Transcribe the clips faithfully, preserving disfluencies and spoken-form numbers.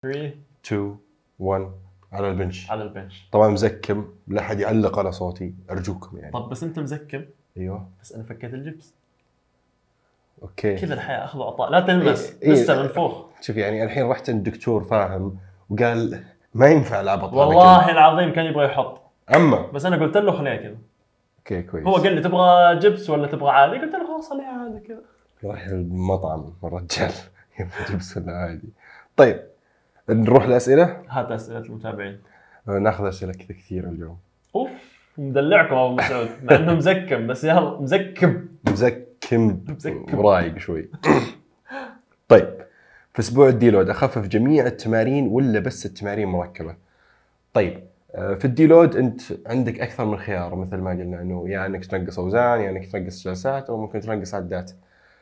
ثلاثة اثنين واحد على البنش. على البنش. طبعا مزكم، لا احد يعلق على صوتي ارجوكم يعني. طب بس انت مزكم. ايوه بس انا فكيت الجبس. اوكي كذا الحياه اخذ وعطاء، لا تلمس إيه لسه إيه منفوخ. شوف يعني الحين رحت عند الدكتور فاهم وقال ما ينفع العبط. والله العظيم كان يبغى يحط، اما بس انا قلت له خليها كذا. اوكي كويس. هو قال لي تبغى جبس ولا تبغى عادي؟ قلت له خلاص خليها عادي كذا. راح المطعم الرجال يبغى جبس ولا عادي. طيب نروح الاسئله. هات اسئله المتابعين. ناخذ اسئله كذا كثير اليوم. اوف مدلعكم ابو مسعود مع انه مزكم، بس يلا مزكم مزكم مزكم. رايق شوي. طيب في اسبوع الديلود اخفف جميع التمارين ولا بس التمارين مركبه؟ طيب في الديلود انت عندك اكثر من خيار مثل ما قلنا، انه يا يعني انك تنقص اوزان، يا يعني انك تنقص جلسات، او ممكن تنقص عدات.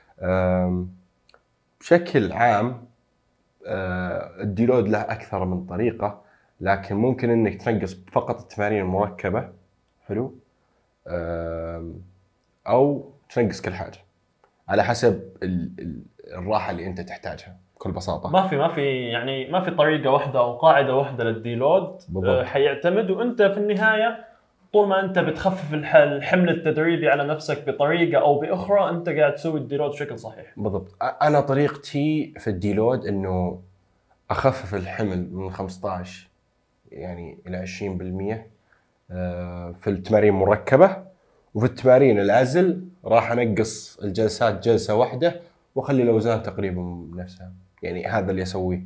بشكل عام الديلود له اكثر من طريقه، لكن ممكن انك تنقص فقط التمارين المركبه، حلو، او تنقص كل حاجه على حسب الراحه اللي انت تحتاجها بكل بساطه. ما في ما في يعني ما في طريقه واحده او قاعده واحده للديلود. بالضبط. حيعتمد، وانت في النهايه طول ما انت بتخفف الحمل التدريبي على نفسك بطريقه او باخرى انت قاعد تسوي الديلود بشكل صحيح. بالضبط. انا طريقتي في الديلود انه اخفف الحمل من خمسة عشر يعني الى عشرين بالمئة في التمارين المركبه، وفي التمارين العزل راح انقص الجلسات جلسه واحده واخلي الاوزان تقريبا نفسها. يعني هذا اللي اسويه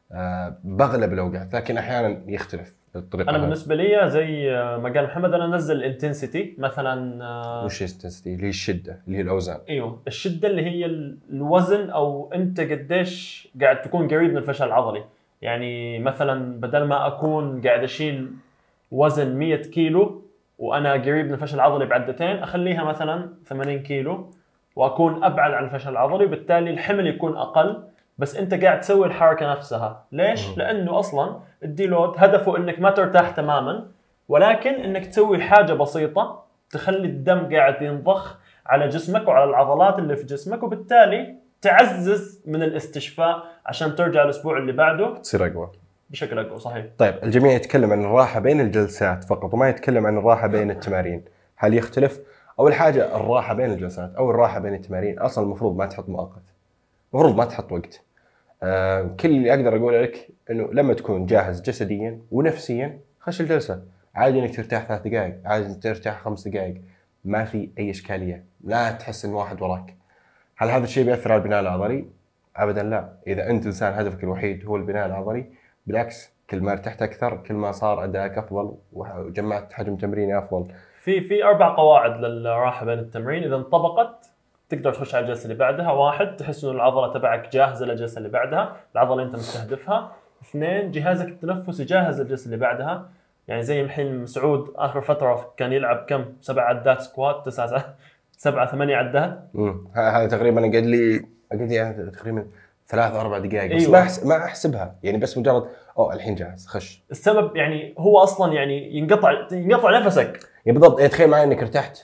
باغلب الاوقات، لكن احيانا يختلف الطريقه. انا بالنسبه لي زي ما قال محمد، انا انزل الانتنسيتي مثلا. وش الانتنسيتي؟ اللي هي الشده، اللي هي الاوزان. ايوه الشده اللي هي الوزن، او انت قديش قاعد تكون قريب من الفشل العضلي. يعني مثلا بدل ما اكون قاعد اشيل وزن مية كيلو وانا قريب من الفشل العضلي بعدتين، اخليها مثلا ثمانين كيلو واكون ابعد عن الفشل العضلي، وبالتالي الحمل يكون اقل، بس انت قاعد تسوي الحركه نفسها. ليش؟ م. لانه اصلا الديلود هدفه انك ما ترتاح تماما، ولكن انك تسوي حاجه بسيطه تخلي الدم قاعد ينضخ على جسمك وعلى العضلات اللي في جسمك، وبالتالي تعزز من الاستشفاء عشان ترجع الاسبوع اللي بعده تصير اقوى بشكل اقوى. صحيح. طيب الجميع يتكلم عن الراحه بين الجلسات فقط وما يتكلم عن الراحه بين التمارين، هل يختلف؟ اول حاجه الراحه بين الجلسات او الراحه بين التمارين اصلا المفروض ما تحط مؤقت، المفروض ما تحط وقت. آه كل اللي اقدر اقوله لك انه لما تكون جاهز جسديا ونفسيا خش الجلسه، عادي انك ترتاح ثلاث دقائق، عادي انك ترتاح خمس دقائق، ما في اي اشكاليه، لا تحس ان واحد وراك. هل هذا الشيء بيأثر على البناء العضلي؟ ابدا لا. اذا انت انسان هدفك الوحيد هو البناء العضلي، بالعكس كل ما ارتحت اكثر كل ما صار ادائك افضل وجمعت حجم تمريني افضل. في في اربع قواعد للراحه بين التمرين، اذا انطبقت تقدر تخش على الجلسه اللي بعدها. واحد، تحس انه العضله تبعك جاهزه للجلسه اللي بعدها، العضله اللي انت مستهدفها. اثنين، جهازك التنفسي جاهز للجلسه اللي بعدها. يعني زي الحين مسعود اخر فتره كان يلعب كم سبع عدات سكوات، تسعة سبعة ثمانية عدات. امم هذا تقريبا قد لي قد لي تقريبا ثلاث اربع دقائق. أيوة. بس ما أحس... ما احسبها يعني، بس مجرد اوه الحين جاهز خش. السبب يعني هو اصلا يعني ينقطع ينقطع نفسك. يعني بالضبط. يعني تخيل معي انك ارتحت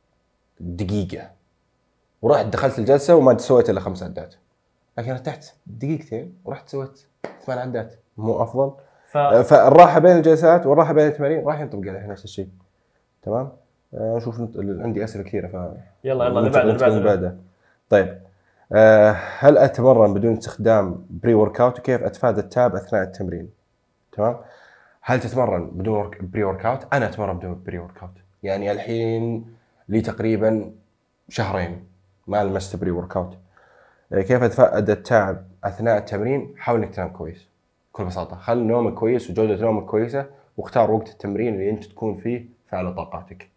دقيقه ورحت دخلت الجلسه وما سويت الا خمس عدات، لكن ارتحت دقيقتين ورحت سويت ثمان عدات، مو افضل؟ ف... فالراحه بين الجلسات والراحه بين التمارين راح ينطبق عليها نفس الشيء. تمام. اشوف نت... عندي اسئله كثيره ف يلا يلا اللي بعده اللي بعده. طيب أه هل اتمرن بدون استخدام بري ورك اوت وكيف اتفادى التعب اثناء التمرين؟ تمام. هل تتمرن بدون بري ورك اوت؟ انا اتمرن بدون بري ورك اوت، يعني الحين لي تقريبا شهرين ما لمست بري ورك اوت. كيف اتفادى التعب اثناء التمرين؟ حاول انك تنام كويس بكل بساطه، خلي نومك كويس وجوده نومك كويسه، واختار وقت التمرين اللي انت تكون فيه فعلى طاقاتك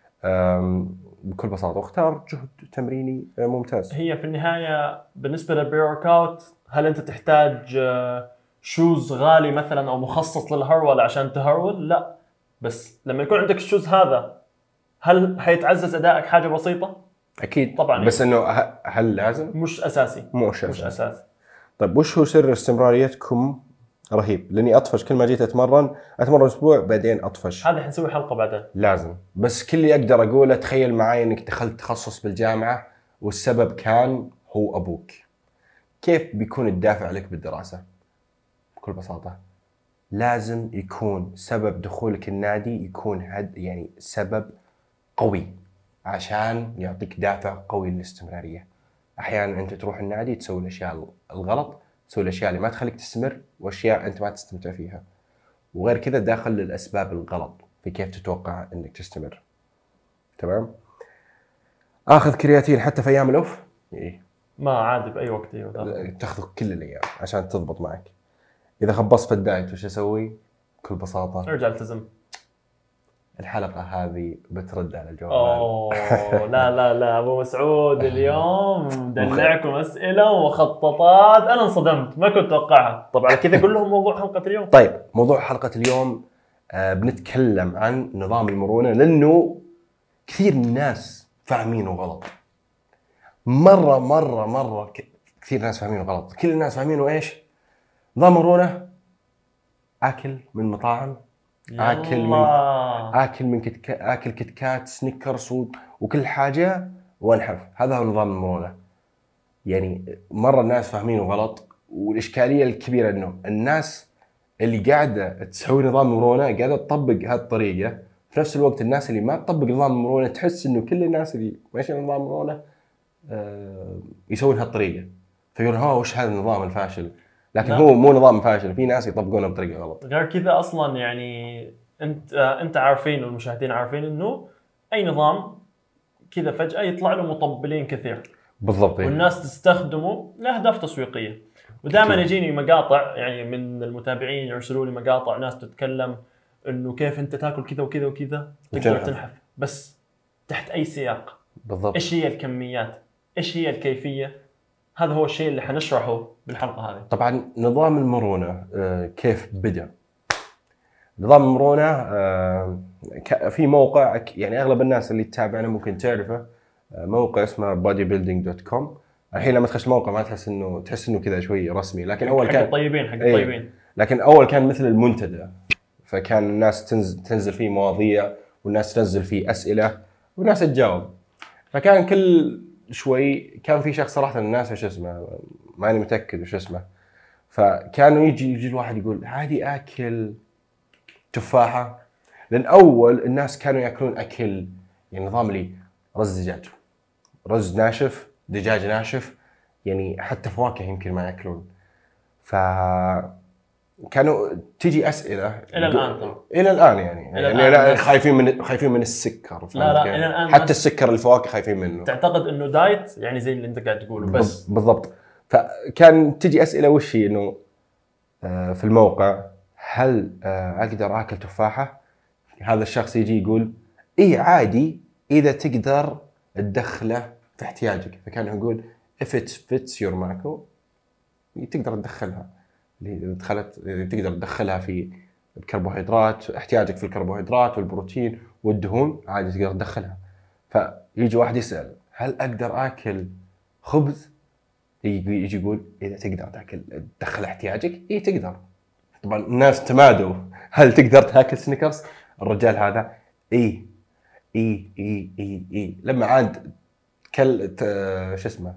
بكل بساطه، واختار جهد تمريني ممتاز. هي في النهايه بالنسبه للبري ورك اوت، هل انت تحتاج شوز غالي مثلا او مخصص للهرول عشان تهرول؟ لا، بس لما يكون عندك الشوز هذا هل حيتعزز ادائك حاجه بسيطه؟ اكيد طبعا. بس انه هل لازم؟ مش اساسي. مش اساسي. مش اساسي. طيب وش هو سر استمراريتكم؟ رهيب، لاني اطفش كل ما جيت اتمرن اتمرن اسبوع بعدين اطفش. هذا حنسوي حلقه بعدين لازم. بس كل اللي اقدر اقوله تخيل معي انك دخلت تخصص بالجامعه والسبب كان هو ابوك، كيف بيكون الدافع لك بالدراسه؟ بكل بساطة لازم يكون سبب دخولك النادي يكون هد يعني سبب قوي عشان يعطيك دافع قوي للاستمرارية. أحيانا أنت تروح النادي تسوي الأشياء الغلط، تسوي الأشياء اللي ما تخليك تستمر وأشياء أنت ما تستمتع فيها، وغير كذا داخل للأسباب الغلط في كيف تتوقع أنك تستمر. تمام؟ آخذ كرياتين حتى في أيام الأوف؟ إيه ما عادي بأي وقت. أيوة تاخذه كل الأيام عشان تضبط معك. إذا خبصت في الدايت وش أسوي؟ بكل بساطة ارجع التزم. الحلقة هذه بترد على الجواب. أوه لا لا لا أبو مسعود اليوم مدلعكم أسئلة ومخططات أنا انصدمت ما كنت أتوقعها. طبعا كذا قول لهم موضوع حلقة اليوم. طيب موضوع حلقة اليوم آه بنتكلم عن نظام المرونة، لأنه كثير من الناس فاهمينه غلط. مرة مرة مرة كثير ناس فاهمينه غلط. كل الناس فاهمينه إيش؟ نظام مرونة أكل من مطاعم، اكل من اكل من كت اكل كت كات سنيكرز وكل حاجه وانحف. هذا هو نظام المرونه. يعني مره الناس فاهمينه غلط، والاشكاليه الكبيره انه الناس اللي قاعده تسوي نظام المرونه قاعده تطبق هذه الطريقه، في نفس الوقت الناس اللي ما تطبق نظام المرونه تحس انه كل الناس اللي ماشيين نظام المرونه آه يسوون هالطريقه، فيقولون ها وش هذا النظام الفاشل. لكن لا. هو مو نظام فاشل، في ناس يطبقونه بطريقه غلط. غير كذا اصلا يعني انت انت عارفين والمشاهدين عارفين انه اي نظام كذا فجاه يطلع له مطبلين كثير. بالضبط. والناس تستخدمه لاهداف تسويقيه. ودائما يجيني مقاطع يعني من المتابعين يرسلوا لي مقاطع ناس تتكلم انه كيف انت تاكل كذا وكذا وكذا تقدر تنحف، بس تحت اي سياق. بالضبط. ايش هي الكميات؟ ايش هي الكيفيه؟ هذا هو الشيء اللي حنشرحه بالحلقه هذه. طبعا نظام المرونه كيف بدا؟ نظام المرونه في موقع يعني اغلب الناس اللي تتابعنا ممكن تعرفه، موقع اسمه بودي بيلدينج دوت كوم. الحين لما تخش الموقع ما تحس انه تحس انه كذا شوي رسمي، لكن اول كان حق الطيبين حق الطيبين. ايه. لكن اول كان مثل المنتدى، فكان الناس تنزل تنزل فيه مواضيع والناس تنزل فيه اسئله والناس تجاوب. فكان كل شوي كان في شخص صراحه الناس وش اسمه ماني متاكد وش اسمه، فكانوا يجي يجي الواحد يقول عادي اكل تفاحه، لان اول الناس كانوا ياكلون اكل يعني نظام لي رز دجاج، رز ناشف، دجاج ناشف، يعني حتى فواكه يمكن ما ياكلون. ف كانوا تيجي اسئله الى الان طبعا الى الان يعني إلى يعني الآن خايفين من خايفين من السكر. لا لا الى الان حتى السكر الفواكه خايفين منه. تعتقد انه دايت يعني زي اللي انت قاعد تقوله بس. بالضبط. فكان تيجي اسئله وش هي انه في الموقع هل اقدر اكل تفاحه؟ هذا الشخص يجي يقول اي عادي اذا تقدر تدخله في احتياجك. فكان يقول if it fits your macro تقدر تدخلها، اللي دخلت تقدر تدخلها في الكربوهيدرات، احتياجك في الكربوهيدرات والبروتين والدهون عادي تقدر تدخلها. فيجي واحد يسأل هل اقدر اكل خبز؟ يجي يقول اذا تقدر تاكل تدخل احتياجك اي تقدر. طبعا الناس تمادوا هل تقدر تاكل سنيكرز؟ الرجال هذا اي اي اي اي اي لما عاد كل شو اسمه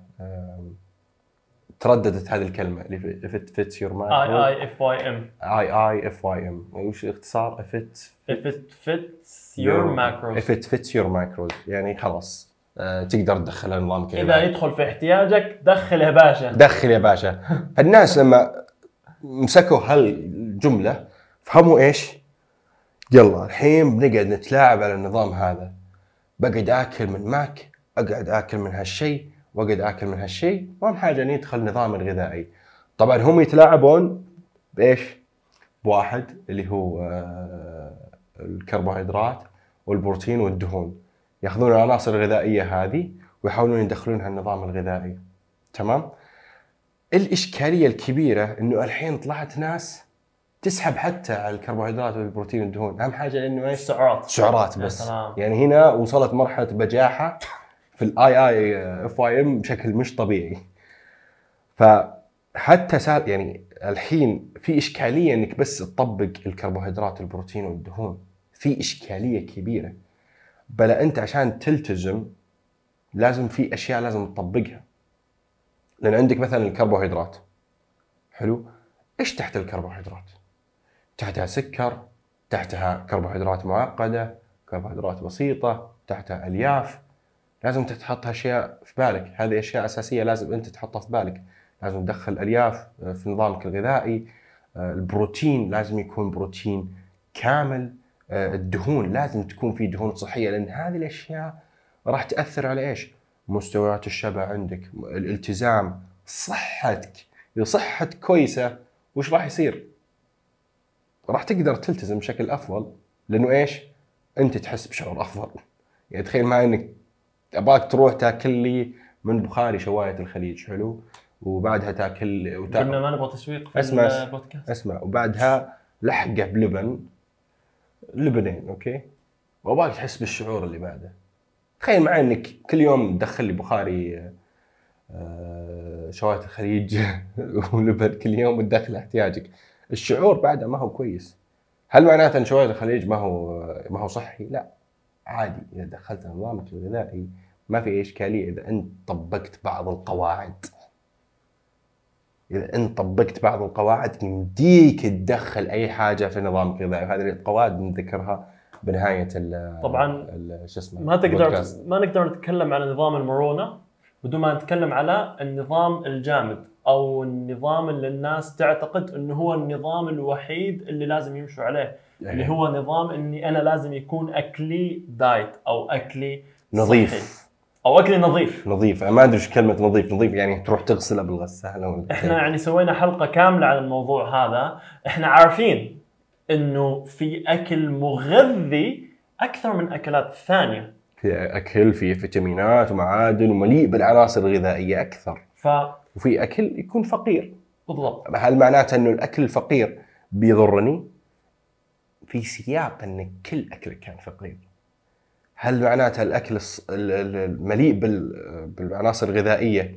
ترددت هذه الكلمه اللي if it fits your mind I I F Y M I I F Y M وش اختصار if it if it fits your macros if it fits your macros يعني خلاص أه تقدر تدخلها نظامك. اذا يدخل في احتياجك دخل يا باشا دخل يا باشا. الناس لما مسكوا هالجمله فهموا ايش؟ يلا الحين بنقعد نتلاعب على النظام هذا، بقعد اكل من ماك، اقعد اكل من هالشيء واقعد اكل من هالشيء، واهم حاجه ان يدخل نظام الغذائي. طبعا هم يتلاعبون بايش؟ بواحد اللي هو الكربوهيدرات والبروتين والدهون، ياخذون العناصر الغذائيه هذه ويحاولون يدخلونها النظام الغذائي. تمام؟ الاشكاليه الكبيره انه الحين طلعت ناس تسحب حتى على الكربوهيدرات والبروتين والدهون، اهم حاجه انه ايش؟ سعرات سعرات بس. يعني هنا وصلت مرحله بجاحه في الاي اي اف واي ام بشكل مش طبيعي. فحتى صار يعني الحين في اشكاليه انك بس تطبق الكربوهيدرات والبروتين والدهون، في اشكاليه كبيره. بلا انت عشان تلتزم لازم في اشياء لازم تطبقها، لان عندك مثلا الكربوهيدرات حلو، ايش تحت الكربوهيدرات؟ تحتها سكر، تحتها كربوهيدرات معقده، كربوهيدرات بسيطه، تحتها الياف. لازم تحط اشياء في بالك، هذه اشياء اساسيه لازم انت تحطها في بالك. لازم تدخل الياف في نظامك الغذائي. البروتين لازم يكون بروتين كامل. الدهون لازم تكون في دهون صحيه، لان هذه الاشياء راح تاثر على ايش؟ مستويات الشبع عندك، الالتزام، صحتك. اذا صحتك كويسه وش راح يصير؟ راح تقدر تلتزم بشكل افضل، لانه ايش؟ انت تحس بشعور افضل. يعني تخيل معي انك ابغاك تروح تاكل لي من بخاري شوايه الخليج، حلو، وبعدها تاكل وتا... قلنا ما نبغى تسويق في اسمع البودكاست. اسمع وبعدها لحقه بلبن، لبنين، اوكي، وابغاك تحس بالشعور اللي بعده. تخيل معي انك كل يوم تدخل لي بخاري شوايه الخليج ولبن كل يوم وتدخل احتياجك، الشعور بعده ما هو كويس. هل معناته ان شوايه الخليج ما هو ما هو صحي؟ لا، عادي. اذا دخلت نظامك الغذائي ما في اشكاليه اذا انت طبقت بعض القواعد. اذا انت طبقت بعض القواعد يمديك تدخل اي حاجه في نظامك الغذائي. هذه القواعد بنذكرها بنهايه ال طبعا شو اسمه ما تقدر البودكاست. ما نقدر نتكلم عن نظام المرونه بدون ما نتكلم على النظام الجامد، او النظام اللي الناس تعتقد انه هو النظام الوحيد اللي لازم يمشوا عليه، اللي هو نظام اني انا لازم يكون اكلي دايت او اكلي نظيف صحي او اكلي نظيف. نظيف ما ادري ايش كلمه نظيف. نظيف يعني تروح تغسله بالغساله ولا احنا يعني سوينا حلقه كامله عن الموضوع هذا. احنا عارفين انه في اكل مغذي اكثر من اكلات ثانيه، في اكل فيه فيتامينات ومعادن ومليء بالعناصر الغذائيه اكثر. ف وفي اكل يكون فقير. بالضبط. هل معناته انه الاكل الفقير بيضرني؟ في سياق ان كل اكلك كان فقير. هل معناته الاكل المليء بالعناصر الغذائيه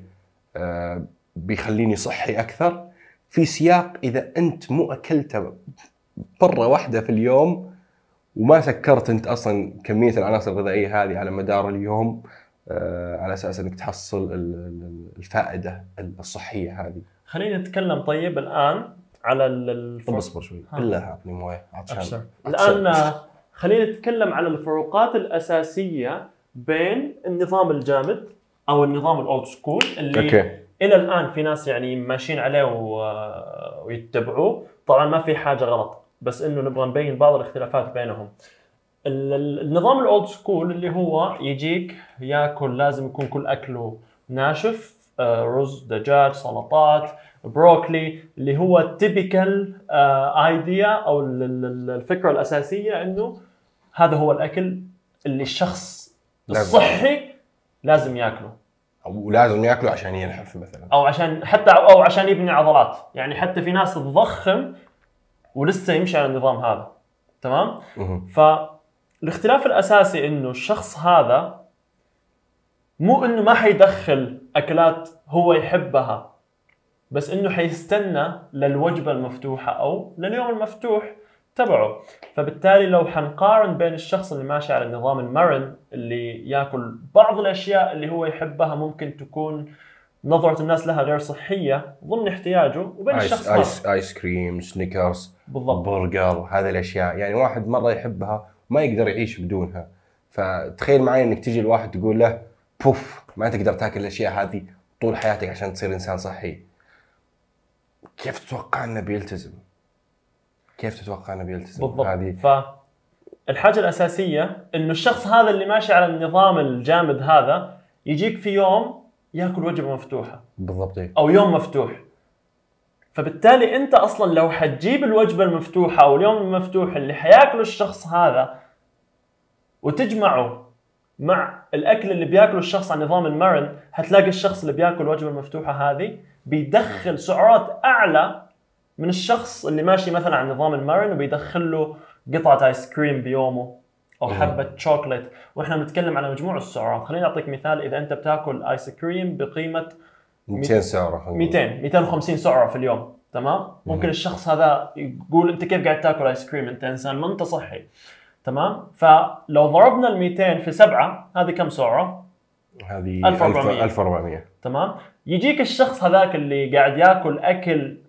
بيخليني صحي اكثر؟ في سياق اذا انت مو اكلته مره واحده في اليوم وما سكرت انت اصلا كميه العناصر الغذائيه هذه على مدار اليوم على اساس انك تحصل الفائده الصحيه هذه. خلينا نتكلم طيب الان على الفرق. اصبر شوي بالله اعطني مويه عطشان. الان خلينا نتكلم على الفروقات الاساسيه بين النظام الجامد او النظام الاولد سكول اللي أوكي. الى الان في ناس يعني ماشيين عليه ويتبعوه. طبعا ما في حاجه غلط، بس انه نبغى نبين بعض الاختلافات بينهم. النظام الاولد سكول اللي هو يجيك ياكل لازم يكون كل اكله ناشف، رز، دجاج، سلطات، بروكلي، اللي هو التيبيكال ايديا او الفكره الاساسيه انه هذا هو الاكل اللي الشخص الصحي لازم ياكله، او لازم ياكله عشان ينحف مثلا، او عشان حتى او عشان يبني عضلات. يعني حتى في ناس تضخم ولسه يمشي على النظام هذا. تمام. فالاختلاف الاساسي انه الشخص هذا مو انه ما حيدخل اكلات هو يحبها، بس انه حيستنى للوجبه المفتوحه او لليوم المفتوح تبعه. فبالتالي لو حنقارن بين الشخص اللي ماشي على النظام المرن اللي ياكل بعض الاشياء اللي هو يحبها ممكن تكون نظرة الناس لها غير صحية ضمن احتياجه، وبين آيس الشخص آيس آيس كريم، سنيكرز، بالضبط، برجر، هذه الاشياء. يعني واحد مره يحبها وما يقدر يعيش بدونها. فتخيل معي انك تجي الواحد تقول له بوف ما تقدر تاكل الاشياء هذه طول حياتك عشان تصير انسان صحي، كيف تتوقع انه بيلتزم؟ كيف تتوقع انه بيلتزم؟ بالضبط. هذه فالحاجة الأساسية إنه الشخص هذا اللي ماشي على النظام الجامد هذا يجيك في يوم ياكل وجبة مفتوحة بالضبط أو يوم مفتوح. فبالتالي أنت أصلا لو حتجيب الوجبة المفتوحة أو اليوم المفتوح اللي حياكله الشخص هذا وتجمعه مع الأكل اللي بياكله الشخص على نظام المرن، هتلاقي الشخص اللي بياكل الوجبة المفتوحة هذه بيدخل سعرات أعلى من الشخص اللي ماشي مثلا على نظام المرن وبيدخل له قطعة آيس كريم بيومه أو حبة شوكولات. وإحنا بنتكلم على مجموع السعرات. خليني أعطيك مثال. إذا أنت بتاكل آيس كريم بقيمة مئتين سعرة، مئتين مئتين وخمسين سعرة في اليوم، تمام؟ ممكن الشخص هذا يقول أنت كيف قاعد تاكل آيس كريم؟ أنت إنسان ما أنت صحي، تمام؟ فلو ضربنا ال مئتين في سبعة هذه كم سعرة؟ هذه ألف وأربعمية. ألف وأربعمية. تمام؟ يجيك الشخص هذاك اللي قاعد ياكل أكل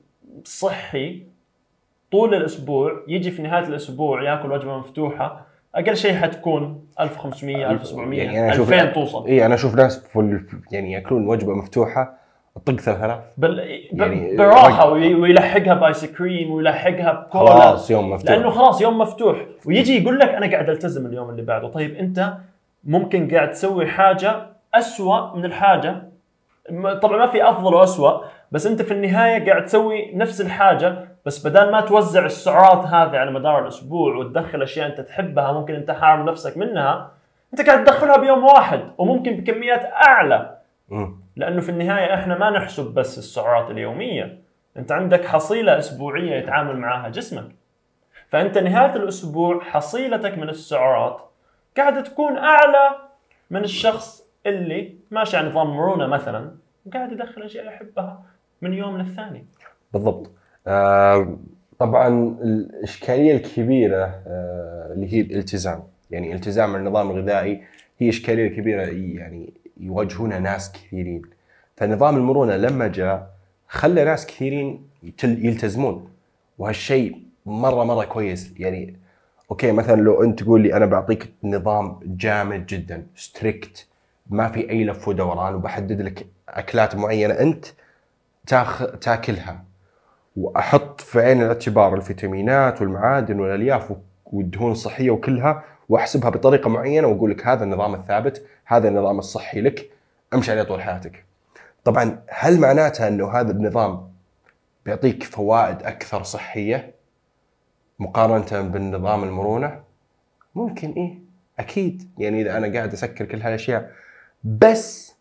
صحي طول الاسبوع يجي في نهايه الاسبوع ياكل وجبه مفتوحه، اقل شيء حتكون ألف وخمسمية ألف وسبعمية يعني أنا أشوف ألفين توصل. اي انا اشوف ناس فل يعني ياكلون وجبه مفتوحه طق ثلاث آلاف بل... يعني براحه وي- ويلحقها بايس كريم ويلحقها بكولا، خلاص يوم مفتوح. لانه خلاص يوم مفتوح، ويجي يقول لك انا قاعد التزم اليوم اللي بعده. طيب انت ممكن قاعد تسوي حاجه أسوأ من الحاجه، م- طبعا ما في افضل وأسوأ، بس انت في النهايه قاعد تسوي نفس الحاجه، بس بدل ما توزع السعرات هذه على مدار الاسبوع وتدخل اشياء انت تحبها ممكن انت حارم نفسك منها، انت قاعد تدخلها بيوم واحد وممكن بكميات اعلى. مم. لانه في النهايه احنا ما نحسب بس السعرات اليوميه، انت عندك حصيله اسبوعيه يتعامل معها جسمك، فانت نهايه الاسبوع حصيلتك من السعرات قاعده تكون اعلى من الشخص اللي ماشي على نظام مرونه مثلا وقاعد يدخل اشياء يحبها من يوم للثاني. بالضبط. آه طبعا الاشكاليه الكبيره آه اللي هي الالتزام، يعني التزام النظام الغذائي هي اشكاليه كبيره يعني يواجهونها ناس كثيرين. فنظام المرونه لما جاء خلى ناس كثيرين يتل- يلتزمون، وهالشيء مره مره كويس. يعني اوكي مثلا لو انت تقول لي انا بعطيك نظام جامد جدا ستريكت ما في اي لف ودوران، وبحدد لك اكلات معينه انت تاخ تاكلها، واحط في عين الاعتبار الفيتامينات والمعادن والالياف والدهون الصحيه وكلها، واحسبها بطريقه معينه، واقول لك هذا النظام الثابت، هذا النظام الصحي لك، امشي عليه طول حياتك. طبعا هل معناتها انه هذا النظام بيعطيك فوائد اكثر صحيه مقارنه بالنظام المرونه؟ ممكن ايه اكيد، يعني اذا انا قاعد اسكر كل هالاشياء، بس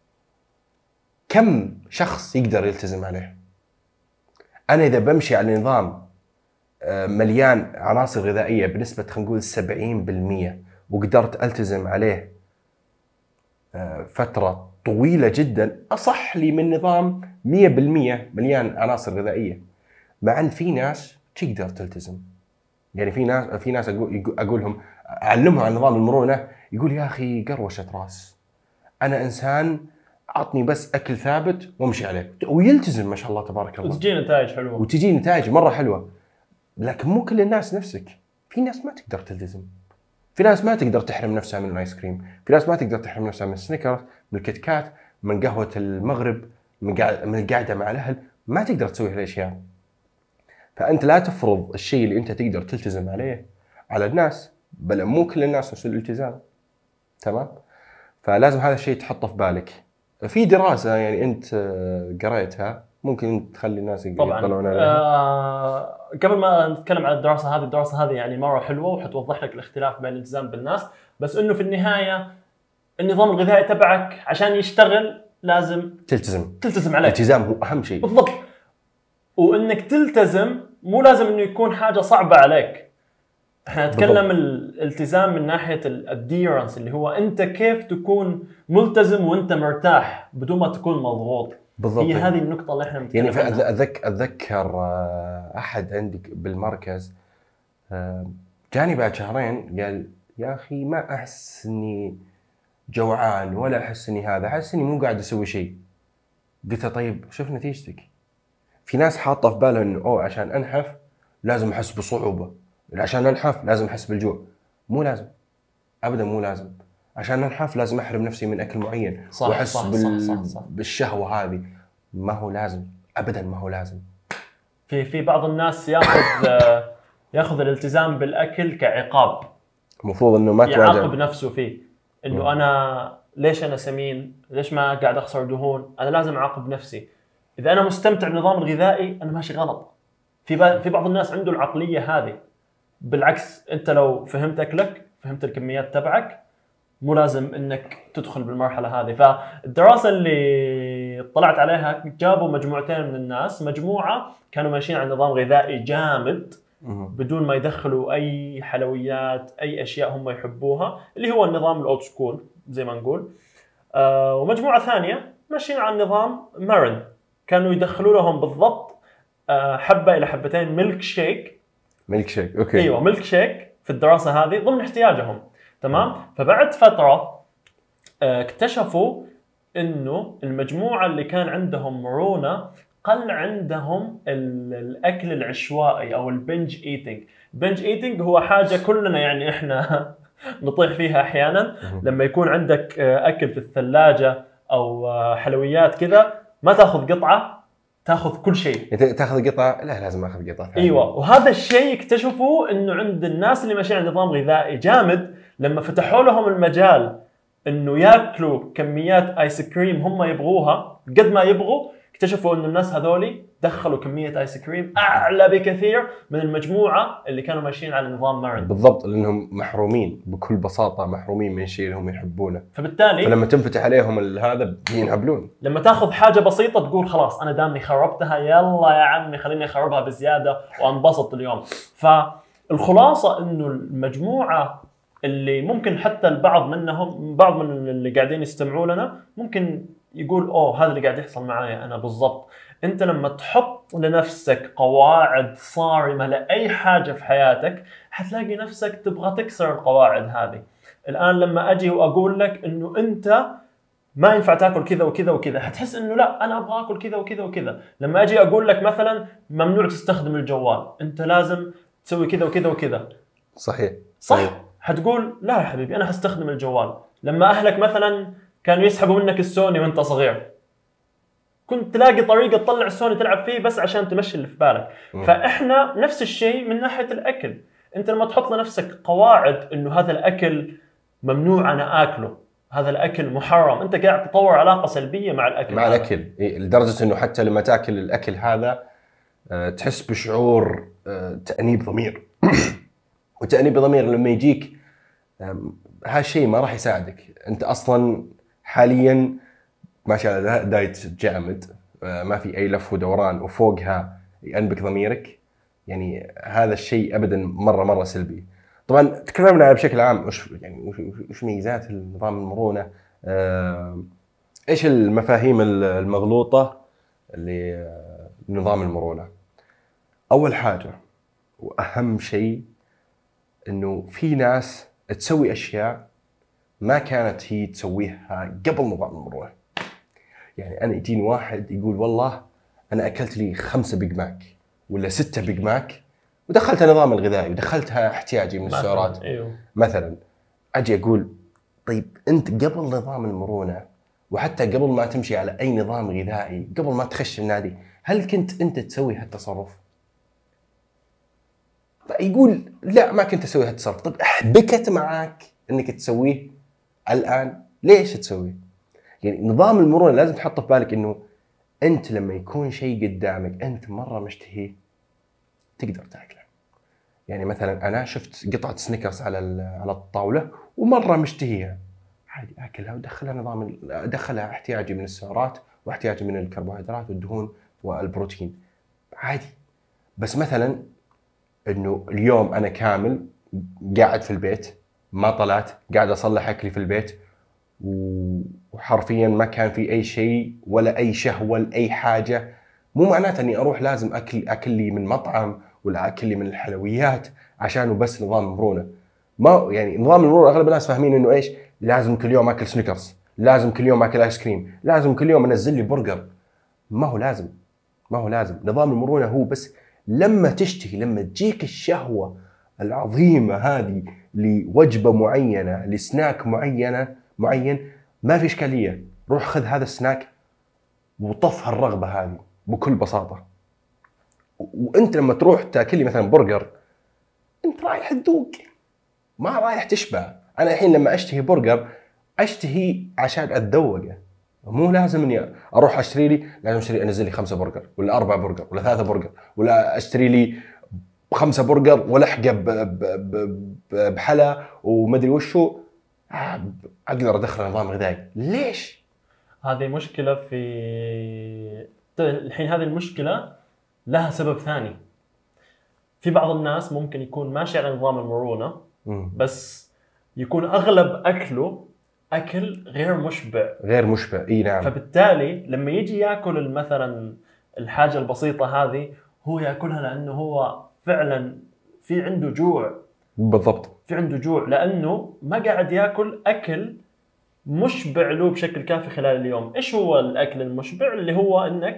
كم شخص يقدر يلتزم عليه؟ انا اذا بمشي على نظام مليان عناصر غذائيه بنسبه خلينا نقول سبعين بالمئة وقدرت التزم عليه فتره طويله جدا، اصح لي من نظام مئة بالمئة مليان عناصر غذائيه. مع ان في ناس تقدر تلتزم، يعني في ناس في ناس اقول اقولهم اعلمهم عن نظام المرونه، يقول يا اخي قروشه راس، انا انسان عطني بس اكل ثابت وامشي عليه، ويلتزم ما شاء الله تبارك الله، وتجي نتائج حلوه وتجي نتائج مره حلوه. لكن مو كل الناس نفسك، في ناس ما تقدر تلتزم، في ناس ما تقدر تحرم نفسها من الايس كريم، في ناس ما تقدر تحرم نفسها من السنيكرز، من الكيت كات، من قهوه المغرب، من قاعد من القعده مع الاهل، ما تقدر تسوي هالاشياء. فانت لا تفرض الشيء اللي انت تقدر تلتزم عليه على الناس، بل مو كل الناس نفس الالتزام. تمام؟ فلازم هذا الشيء تحطه في بالك. في دراسه يعني انت قريتها ممكن تخلي الناس يطلعون عليها. آه قبل ما نتكلم عن الدراسه هذه، الدراسه هذه يعني مره حلوه وحتوضح لك الاختلاف بين الالتزام بالناس، بس انه في النهايه النظام الغذائي تبعك عشان يشتغل لازم تلتزم تلتزم عليه. الالتزام هو اهم شيء بالضبط. وانك تلتزم مو لازم انه يكون حاجه صعبه عليك. احنا نتكلم الالتزام من ناحيه الاديرنس اللي هو انت كيف تكون ملتزم وانت مرتاح بدون ما تكون مضغوط. بالضبط. هي هذه النقطه اللي احنا بنتكلم يعني عنها. أذك اتذكر احد عندك بالمركز جاني بعد شهرين قال يا اخي ما احس اني جوعان ولا احس اني هذا، احس اني مو قاعد اسوي شيء. قلت له طيب شوف نتيجتك. في ناس حاطه في بالها انه اوه عشان انحف لازم احس بصعوبه، عشان انحف لازم احس بالجوع. مو لازم، ابدا مو لازم. عشان انحف لازم احرم نفسي من اكل معين واحس صح بال... صح صح صح. بالشهوه هذه. ما هو لازم ابدا، ما هو لازم. في في بعض الناس ياخذ ياخذ الالتزام بالاكل كعقاب، المفروض انه ما يعاقب تواجه نفسه فيه، انه انا ليش انا سمين؟ ليش ما قاعد اخسر دهون؟ انا لازم اعاقب نفسي. اذا انا مستمتع بالنظام الغذائي انا ماشي غلط. في في بعض الناس عنده العقليه هذه. بالعكس انت لو فهمت اكلك، فهمت الكميات تبعك، مو لازم انك تدخل بالمرحله هذه. فالدراسه اللي طلعت عليها جابوا مجموعتين من الناس، مجموعه كانوا ماشيين على نظام غذائي جامد بدون ما يدخلوا اي حلويات، اي اشياء هم يحبوها، اللي هو النظام الاولد سكول زي ما نقول. آه ومجموعه ثانيه ماشيين على نظام مارن، كانوا يدخلوا لهم بالضبط آه حبه الى حبتين ميلك شيك. ميلك شيك اوكي. ايوه ميلك شيك في الدراسه هذه ضمن احتياجهم. تمام. فبعد فتره اكتشفوا انه المجموعه اللي كان عندهم مرونه قل عندهم ال- الاكل العشوائي او البنج ايتنج. بنج ايتنج هو حاجه كلنا يعني احنا نطيح فيها احيانا، لما يكون عندك آه، اكل في الثلاجه او آه، حلويات كذا، ما تاخذ قطعه، تاخذ كل شيء. انت تاخذ قطعه، لا لازم اخذ قطعه ثانيه. ايوه، وهذا الشيء اكتشفوا انه عند الناس اللي ماشيين على نظام غذائي جامد، لما فتحوا لهم المجال انه ياكلوا كميات ايس كريم هم يبغوها قد ما يبغوا، اكتشفوا انه الناس هذولي دخلوا كميه ايس كريم اعلى بكثير من المجموعه اللي كانوا ماشيين على نظام مارن. بالضبط، لانهم محرومين بكل بساطه، محرومين من شيء هم يحبونه، فبالتالي فلما تنفتح عليهم هذا بينهبلون. لما تاخذ حاجه بسيطه تقول خلاص انا دامني خربتها، يلا يا عمي خليني اخربها بزياده وانبسط اليوم. فالخلاصه انه المجموعه اللي ممكن حتى البعض منهم، بعض من اللي قاعدين يستمعوا لنا ممكن يقول اوه هذا اللي قاعد يحصل معايا انا بالضبط. انت لما تحط لنفسك قواعد صارمه لاي حاجه في حياتك حتلاقي نفسك تبغى تكسر القواعد هذه. الان لما اجي واقول لك انه انت ما ينفع تاكل كذا وكذا وكذا، حتحس انه لا انا ابغى اكل كذا وكذا وكذا. لما اجي اقول لك مثلا ممنوع تستخدم الجوال، انت لازم تسوي كذا وكذا وكذا. صحيح صح. حتقول لا يا حبيبي انا حستخدم الجوال. لما اهلك مثلا كانوا يسحبوا منك السوني وانت صغير، كنت تلاقي طريقه تطلع السوني تلعب فيه بس عشان تمشي اللي في بالك. م. فاحنا نفس الشيء من ناحيه الاكل. انت لما تحط لنفسك قواعد انه هذا الاكل ممنوع انا اكله، هذا الاكل محرم، انت قاعد تطور علاقه سلبيه مع الاكل مع هذا. الاكل إيه، لدرجه انه حتى لما تاكل الاكل هذا أه تحس بشعور أه تانيب ضمير. وتانيب ضمير لما يجيك هالشيء ما راح يساعدك. انت اصلا حاليا ماشي على دايت جامد، أه ما في اي لف ودوران، وفوقها يأنبك ضميرك. يعني هذا الشيء ابدا مره مره سلبي. طبعا تكلمنا على بشكل عام وش يعني وش, وش ميزات النظام المرونه، أه ايش المفاهيم المغلوطه لنظام المرونه. اول حاجه واهم شيء انه في ناس تسوي اشياء ما كانت هي تسويها قبل نظام المرونه. يعني انا يجيني واحد يقول والله انا اكلت لي خمسه بيج ماك ولا سته بيج ماك ودخلتها نظام الغذائي ودخلتها احتياجي من السعرات. أيوه. مثلا اجي اقول طيب انت قبل نظام المرونه وحتى قبل ما تمشي على اي نظام غذائي، قبل ما تخش النادي، هل كنت انت تسوي هالتصرف؟ يقول لا ما كنت اسوي هالتصرف. طيب احبكت معاك انك تسويه الان، ليش تسويه؟ يعني نظام المرونه لازم تحط في بالك انه انت لما يكون شيء قدامك انت مره مشتهيه تقدر تاكله. يعني مثلا انا شفت قطعه سنيكرز على على الطاوله ومره مشتهيها، عادي اكلها ودخلها نظام ادخلها احتياجي من السعرات واحتياجي من الكربوهيدرات والدهون والبروتين عادي. بس مثلا انه اليوم انا كامل قاعد في البيت، ما طلعت، قاعد اصلح اكلي في البيت، وحرفيا ما كان في اي شيء ولا اي شهوه لاي حاجه، مو معناته اني اروح لازم اكل اكل لي من مطعم ولا اكل لي من الحلويات عشانه بس نظام المرونه. ما يعني نظام المرونه اغلب الناس فاهمين انه ايش، لازم كل يوم اكل سنيكرز، لازم كل يوم اكل ايس كريم، لازم كل يوم انزل لي برجر. ما هو لازم، ما هو لازم. نظام المرونه هو بس لما تشتهي، لما تجيك الشهوه العظيمه هذه لوجبه معينه، لسناك معينه معين، ما في اشكاليه، روح خذ هذا السناك وطف هالرغبه هذه بكل بساطه. وانت لما تروح تاكل لي مثلا برجر انت رايح تذوق، ما رايح تشبع. انا الحين لما اشتهي برجر اشتهي عشان اتذوقه، مو لازم اني اروح اشتري لي، لازم اشتري انزل لي خمسه برجر ولا اربعه برجر ولا ثلاثه برجر، ولا اشتري لي خمسه برجر ولحقه بحلا ومدري وشو اقدر ادخل نظام غذائي. ليش؟ هذه مشكله في الحين. هذه المشكله لها سبب ثاني. في بعض الناس ممكن يكون ماشي على نظام المرونه بس يكون اغلب اكله اكل غير مشبع. غير مشبع، اي نعم. فبالتالي لما يجي ياكل مثلا الحاجه البسيطه هذه هو ياكلها لانه هو فعلا في عنده جوع. بالضبط، في عنده جوع لانه ما قاعد ياكل اكل مشبع له بشكل كافي خلال اليوم. ايش هو الاكل المشبع؟ اللي هو انك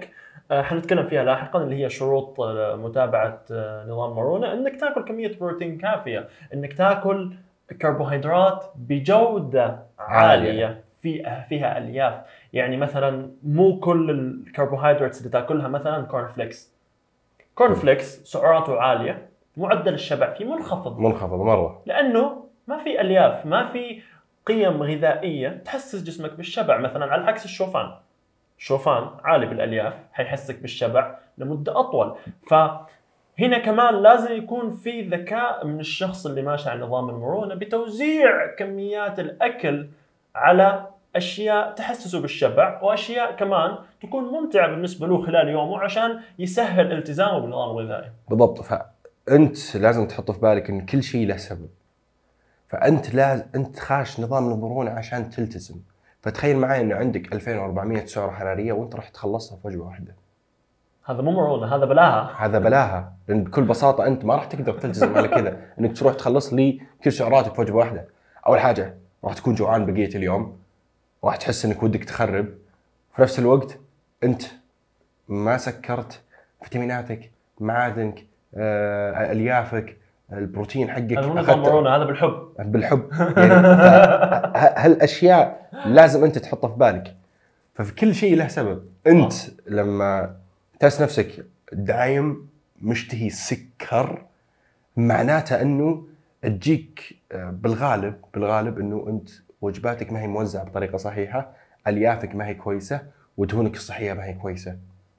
آه، حنتكلم فيها لاحقا، اللي هي شروط آه، متابعه آه، نظام المرونه. انك تاكل كميه بروتين كافيه، انك تاكل كربوهيدرات بجوده عالية. عاليه في فيها الياف. يعني مثلا مو كل الكربوهيدرات اللي تاكلها مثلا كورن فليكس. كورن فليكس سعراته عاليه، معدل الشبع فيه منخفض، منخفض مرة. لانه ما في الياف، ما في قيم غذائيه تحسس جسمك بالشبع. مثلا على عكس الشوفان، الشوفان عالي بالالياف، حيحسك بالشبع لمده اطول. فهنا كمان لازم يكون في ذكاء من الشخص اللي ماشي على نظام المرونه بتوزيع كميات الاكل على اشياء تحسسه بالشبع، واشياء كمان تكون ممتعه بالنسبه له خلال يومه عشان يسهل التزامه بالنظام الغذائي. بالضبط. فأنت لازم تحط في بالك إن كل شيء له سبب. فأنت لازم أنت خاش نظام المرونة عشان تلتزم. فتخيل معي إنه عندك ألفين وأربعمية سعرة حرارية وأنت راح تخلصها في وجبة واحدة. هذا مو مرونه، هذا بلاها. هذا بلاها، لأن بكل بساطة أنت ما راح تقدر تلتزم على كذا إنك تروح تخلص لي كل سعراتك في وجبة واحدة. أول حاجة راح تكون جوعان بقية اليوم، راح تحس إنك ودك تخرب، في نفس الوقت أنت ما سكرت فيتاميناتك، معادنك، آه، اليافك، البروتين حقك. هذا مو نظام مرونه، هذا بالحب. بالحب يعني. هالاشياء لازم انت تحطها في بالك. ففي كل شيء له سبب. انت لما تحس نفسك دايم مشتهي سكر، معناته انه تجيك بالغالب بالغالب انه انت وجباتك ما هي موزعه بطريقه صحيحه، اليافك ما هي كويسه، ودهونك الصحيه ما هي كويسه.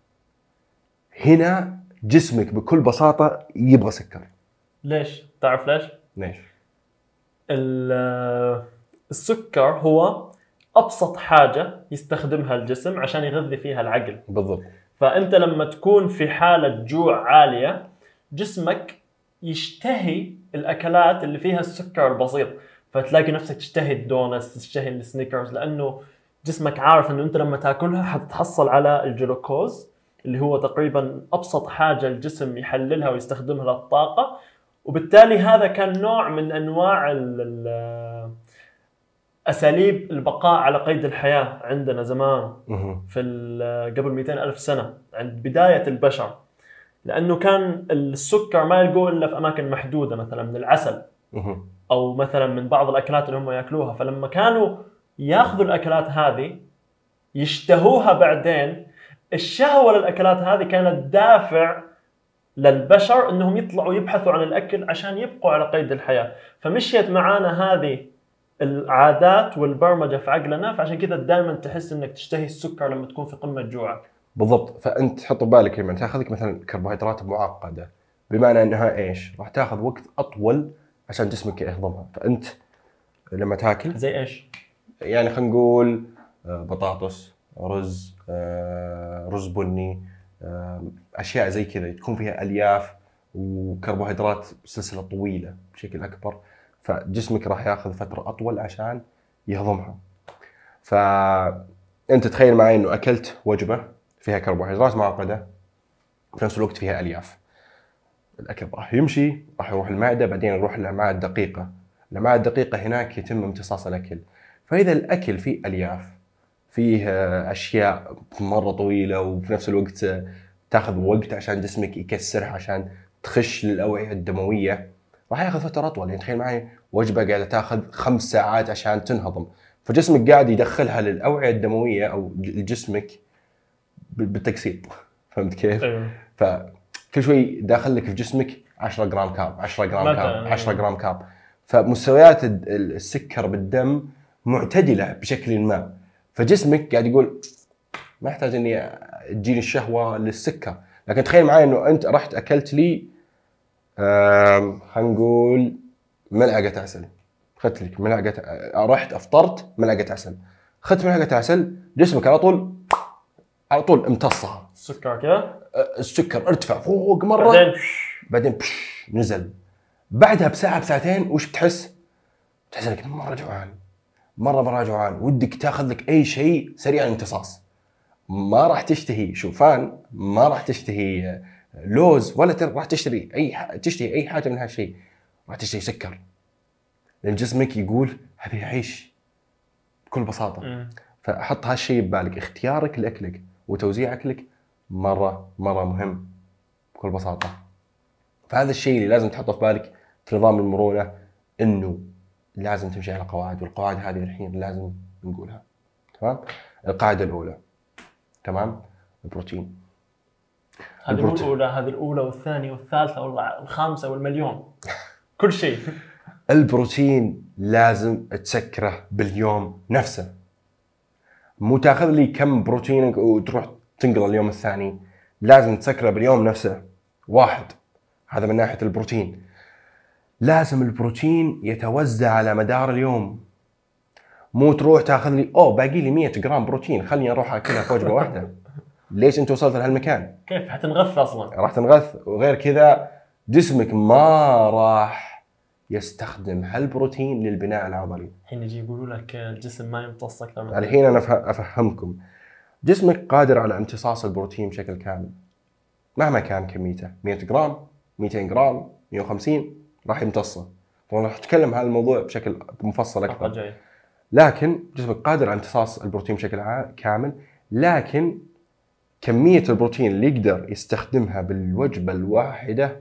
هنا جسمك بكل بساطه يبغى سكر. ليش؟ تعرف ليش؟ ليش؟ السكر هو أبسط حاجة يستخدمها الجسم عشان يغذي فيها العقل. بالضبط. فأنت لما تكون في حالة جوع عالية، جسمك يشتهي الأكلات اللي فيها السكر البسيط، فتلاقي نفسك تشتهي الدونتس، تشتهي السنيكرز، لأنه جسمك عارف أنه أنت لما تاكلها حتتحصل على الجلوكوز اللي هو تقريبا أبسط حاجة الجسم يحللها ويستخدمها للطاقة. وبالتالي هذا كان نوع من أنواع أساليب البقاء على قيد الحياة عندنا زمان في قبل مئتين ألف سنة عند بداية البشر، لأنه كان السكر ما يلقوه إلا في أماكن محدودة، مثلا من العسل أو مثلا من بعض الأكلات اللي هم يأكلوها. فلما كانوا يأخذوا الأكلات هذه يشتهوها بعدين، الشهوة للأكلات هذه كانت دافع للبشر انهم يطلعوا يبحثوا عن الاكل عشان يبقوا على قيد الحياه. فمشيت معانا هذه العادات والبرمجه في عقلنا، فعشان كذا دائما تحس انك تشتهي السكر لما تكون في قمه جوعك. بالضبط. فانت تحط ببالك لما تاخذ لك مثلا كربوهيدرات معقده، بمعنى انها ايش؟ راح تاخذ وقت اطول عشان جسمك يهضمها. فانت لما تاكل زي ايش؟ يعني خلينا نقول بطاطس، رز، رز بني، اشياء زي كذا تكون فيها الياف وكربوهيدرات سلسله طويله بشكل اكبر، فجسمك راح ياخذ فتره اطول عشان يهضمها. فانت تخيل معي انه اكلت وجبه فيها كربوهيدرات معقده في نفس الوقت فيها الياف، الاكل راح يمشي، راح يروح المعده، بعدين يروح للامعاء الدقيقه. الامعاء الدقيقه هناك يتم امتصاص الاكل. فاذا الاكل فيه الياف، فيه اشياء مره طويله، وفي نفس الوقت تاخذ وقت عشان جسمك يكسرها عشان تخش للاوعيه الدمويه، راح ياخذ فتره اطول. يعني تخيل معي وجبه قاعده تاخذ خمس ساعات عشان تنهضم، فجسمك قاعد يدخلها للاوعيه الدمويه او لجسمك بالتقسيط. فهمت كيف؟ أيوه. فكل شوي داخل لك في جسمك عشرة جرام كارب، عشرة جرام كارب، عشرة أيوه. جرام كارب. فمستويات السكر بالدم معتدله بشكل ما، فجسمك قاعد يقول ما يحتاج اني تجيني الشهوه للسكر. لكن تخيل معي انه انت رحت اكلت لي خلينا نقول ملعقه عسل، اخذت لك ملعقه، رحت افطرت ملعقه عسل، اخذت ملعقه عسل، جسمك على طول على طول امتصها، السكر كذا، السكر ارتفع فوق مره، بعدين بعدين بش نزل. بعدها بساعه بساعتين وش بتحس؟ تحس انك مره جوعان، مره مره جوعان، ودك تاخذ لك اي شيء سريع الامتصاص. ما راح تشتهي شوفان، ما راح تشتهي لوز، ولا راح تشتري اي ح... تشتهي اي حاجه من هالشيء، راح تشتهي سكر، لان جسمك يقول ابي اعيش بكل بساطه. م. فحط هالشيء ببالك، اختيارك لاكلك وتوزيع اكلك مره مره مهم بكل بساطه. فهذا الشيء اللي لازم تحطه في بالك في نظام المرونه، انه لازم تمشي على قواعد، والقواعد هذه الحين لازم نقولها. تمام. القاعده الاولى، تمام، البروتين. هذه مو الاولى، هذه الاولى والثانيه والثالثه والخامسه والمليون، كل شيء. البروتين لازم تسكره باليوم نفسه، مو تاخذ لي كم بروتينك وتروح تنقله اليوم الثاني، لازم تسكره باليوم نفسه. واحد، هذا من ناحيه البروتين. لازم البروتين يتوزع على مدار اليوم، مو تروح تاخذ لي اوه باقي لي مية جرام بروتين خليني اروح اكلها في وجبه واحده. ليش انت وصلت لهالمكان؟ كيف حتنغث اصلا؟ راح تنغث، وغير كذا جسمك ما راح يستخدم هالبروتين للبناء العضلي. الحين يجي يقولوا لك الجسم ما يمتص اكثر من الحين انا افهمكم، جسمك قادر على امتصاص البروتين بشكل كامل مهما كان كميته، مية جرام، مئتين جرام، مئة وخمسين راح يمتصه. طبعا راح اتكلم عن الموضوع بشكل مفصل اكثر. جاي. لكن جسمك قادر على امتصاص البروتين بشكل كامل، لكن كمية البروتين اللي يقدر يستخدمها بالوجبة الواحدة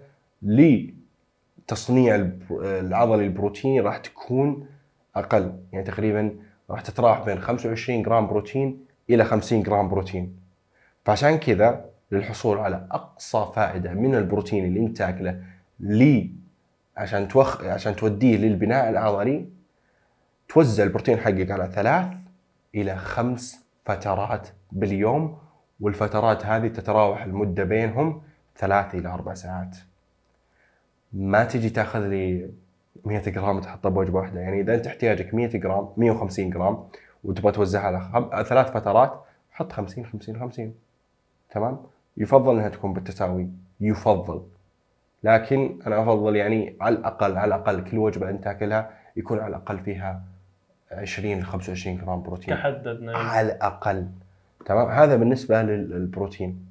لتصنيع العضلي البروتين راح تكون أقل، يعني تقريبا راح تتراوح بين خمسة وعشرين جرام بروتين إلى خمسين جرام بروتين. فعشان كذا للحصول على أقصى فائدة من البروتين اللي أنت تاكله لي عشان توخ عشان توديه للبناء العضلي، توزع البروتين حقك على ثلاث إلى خمس فترات باليوم، والفترات هذه تتراوح المدة بينهم ثلاث إلى أربع ساعات. ما تجي تاخذ لي مئة جرام تحطها بوجبة واحدة. يعني إذا أنت احتياجك مئة جرام، مئة وخمسين جرام، وتبغى توزعها على خم... ثلاث فترات، حط خمسين خمسين خمسين. تمام. يفضل أنها تكون بالتساوي، يفضل، لكن أنا أفضل يعني على الأقل على الأقل كل وجبة أنت تاكلها يكون على الأقل فيها عشرين إلى خمسة وعشرين جرام بروتين كحددنا على الأقل. تمام. هذا بالنسبة للبروتين.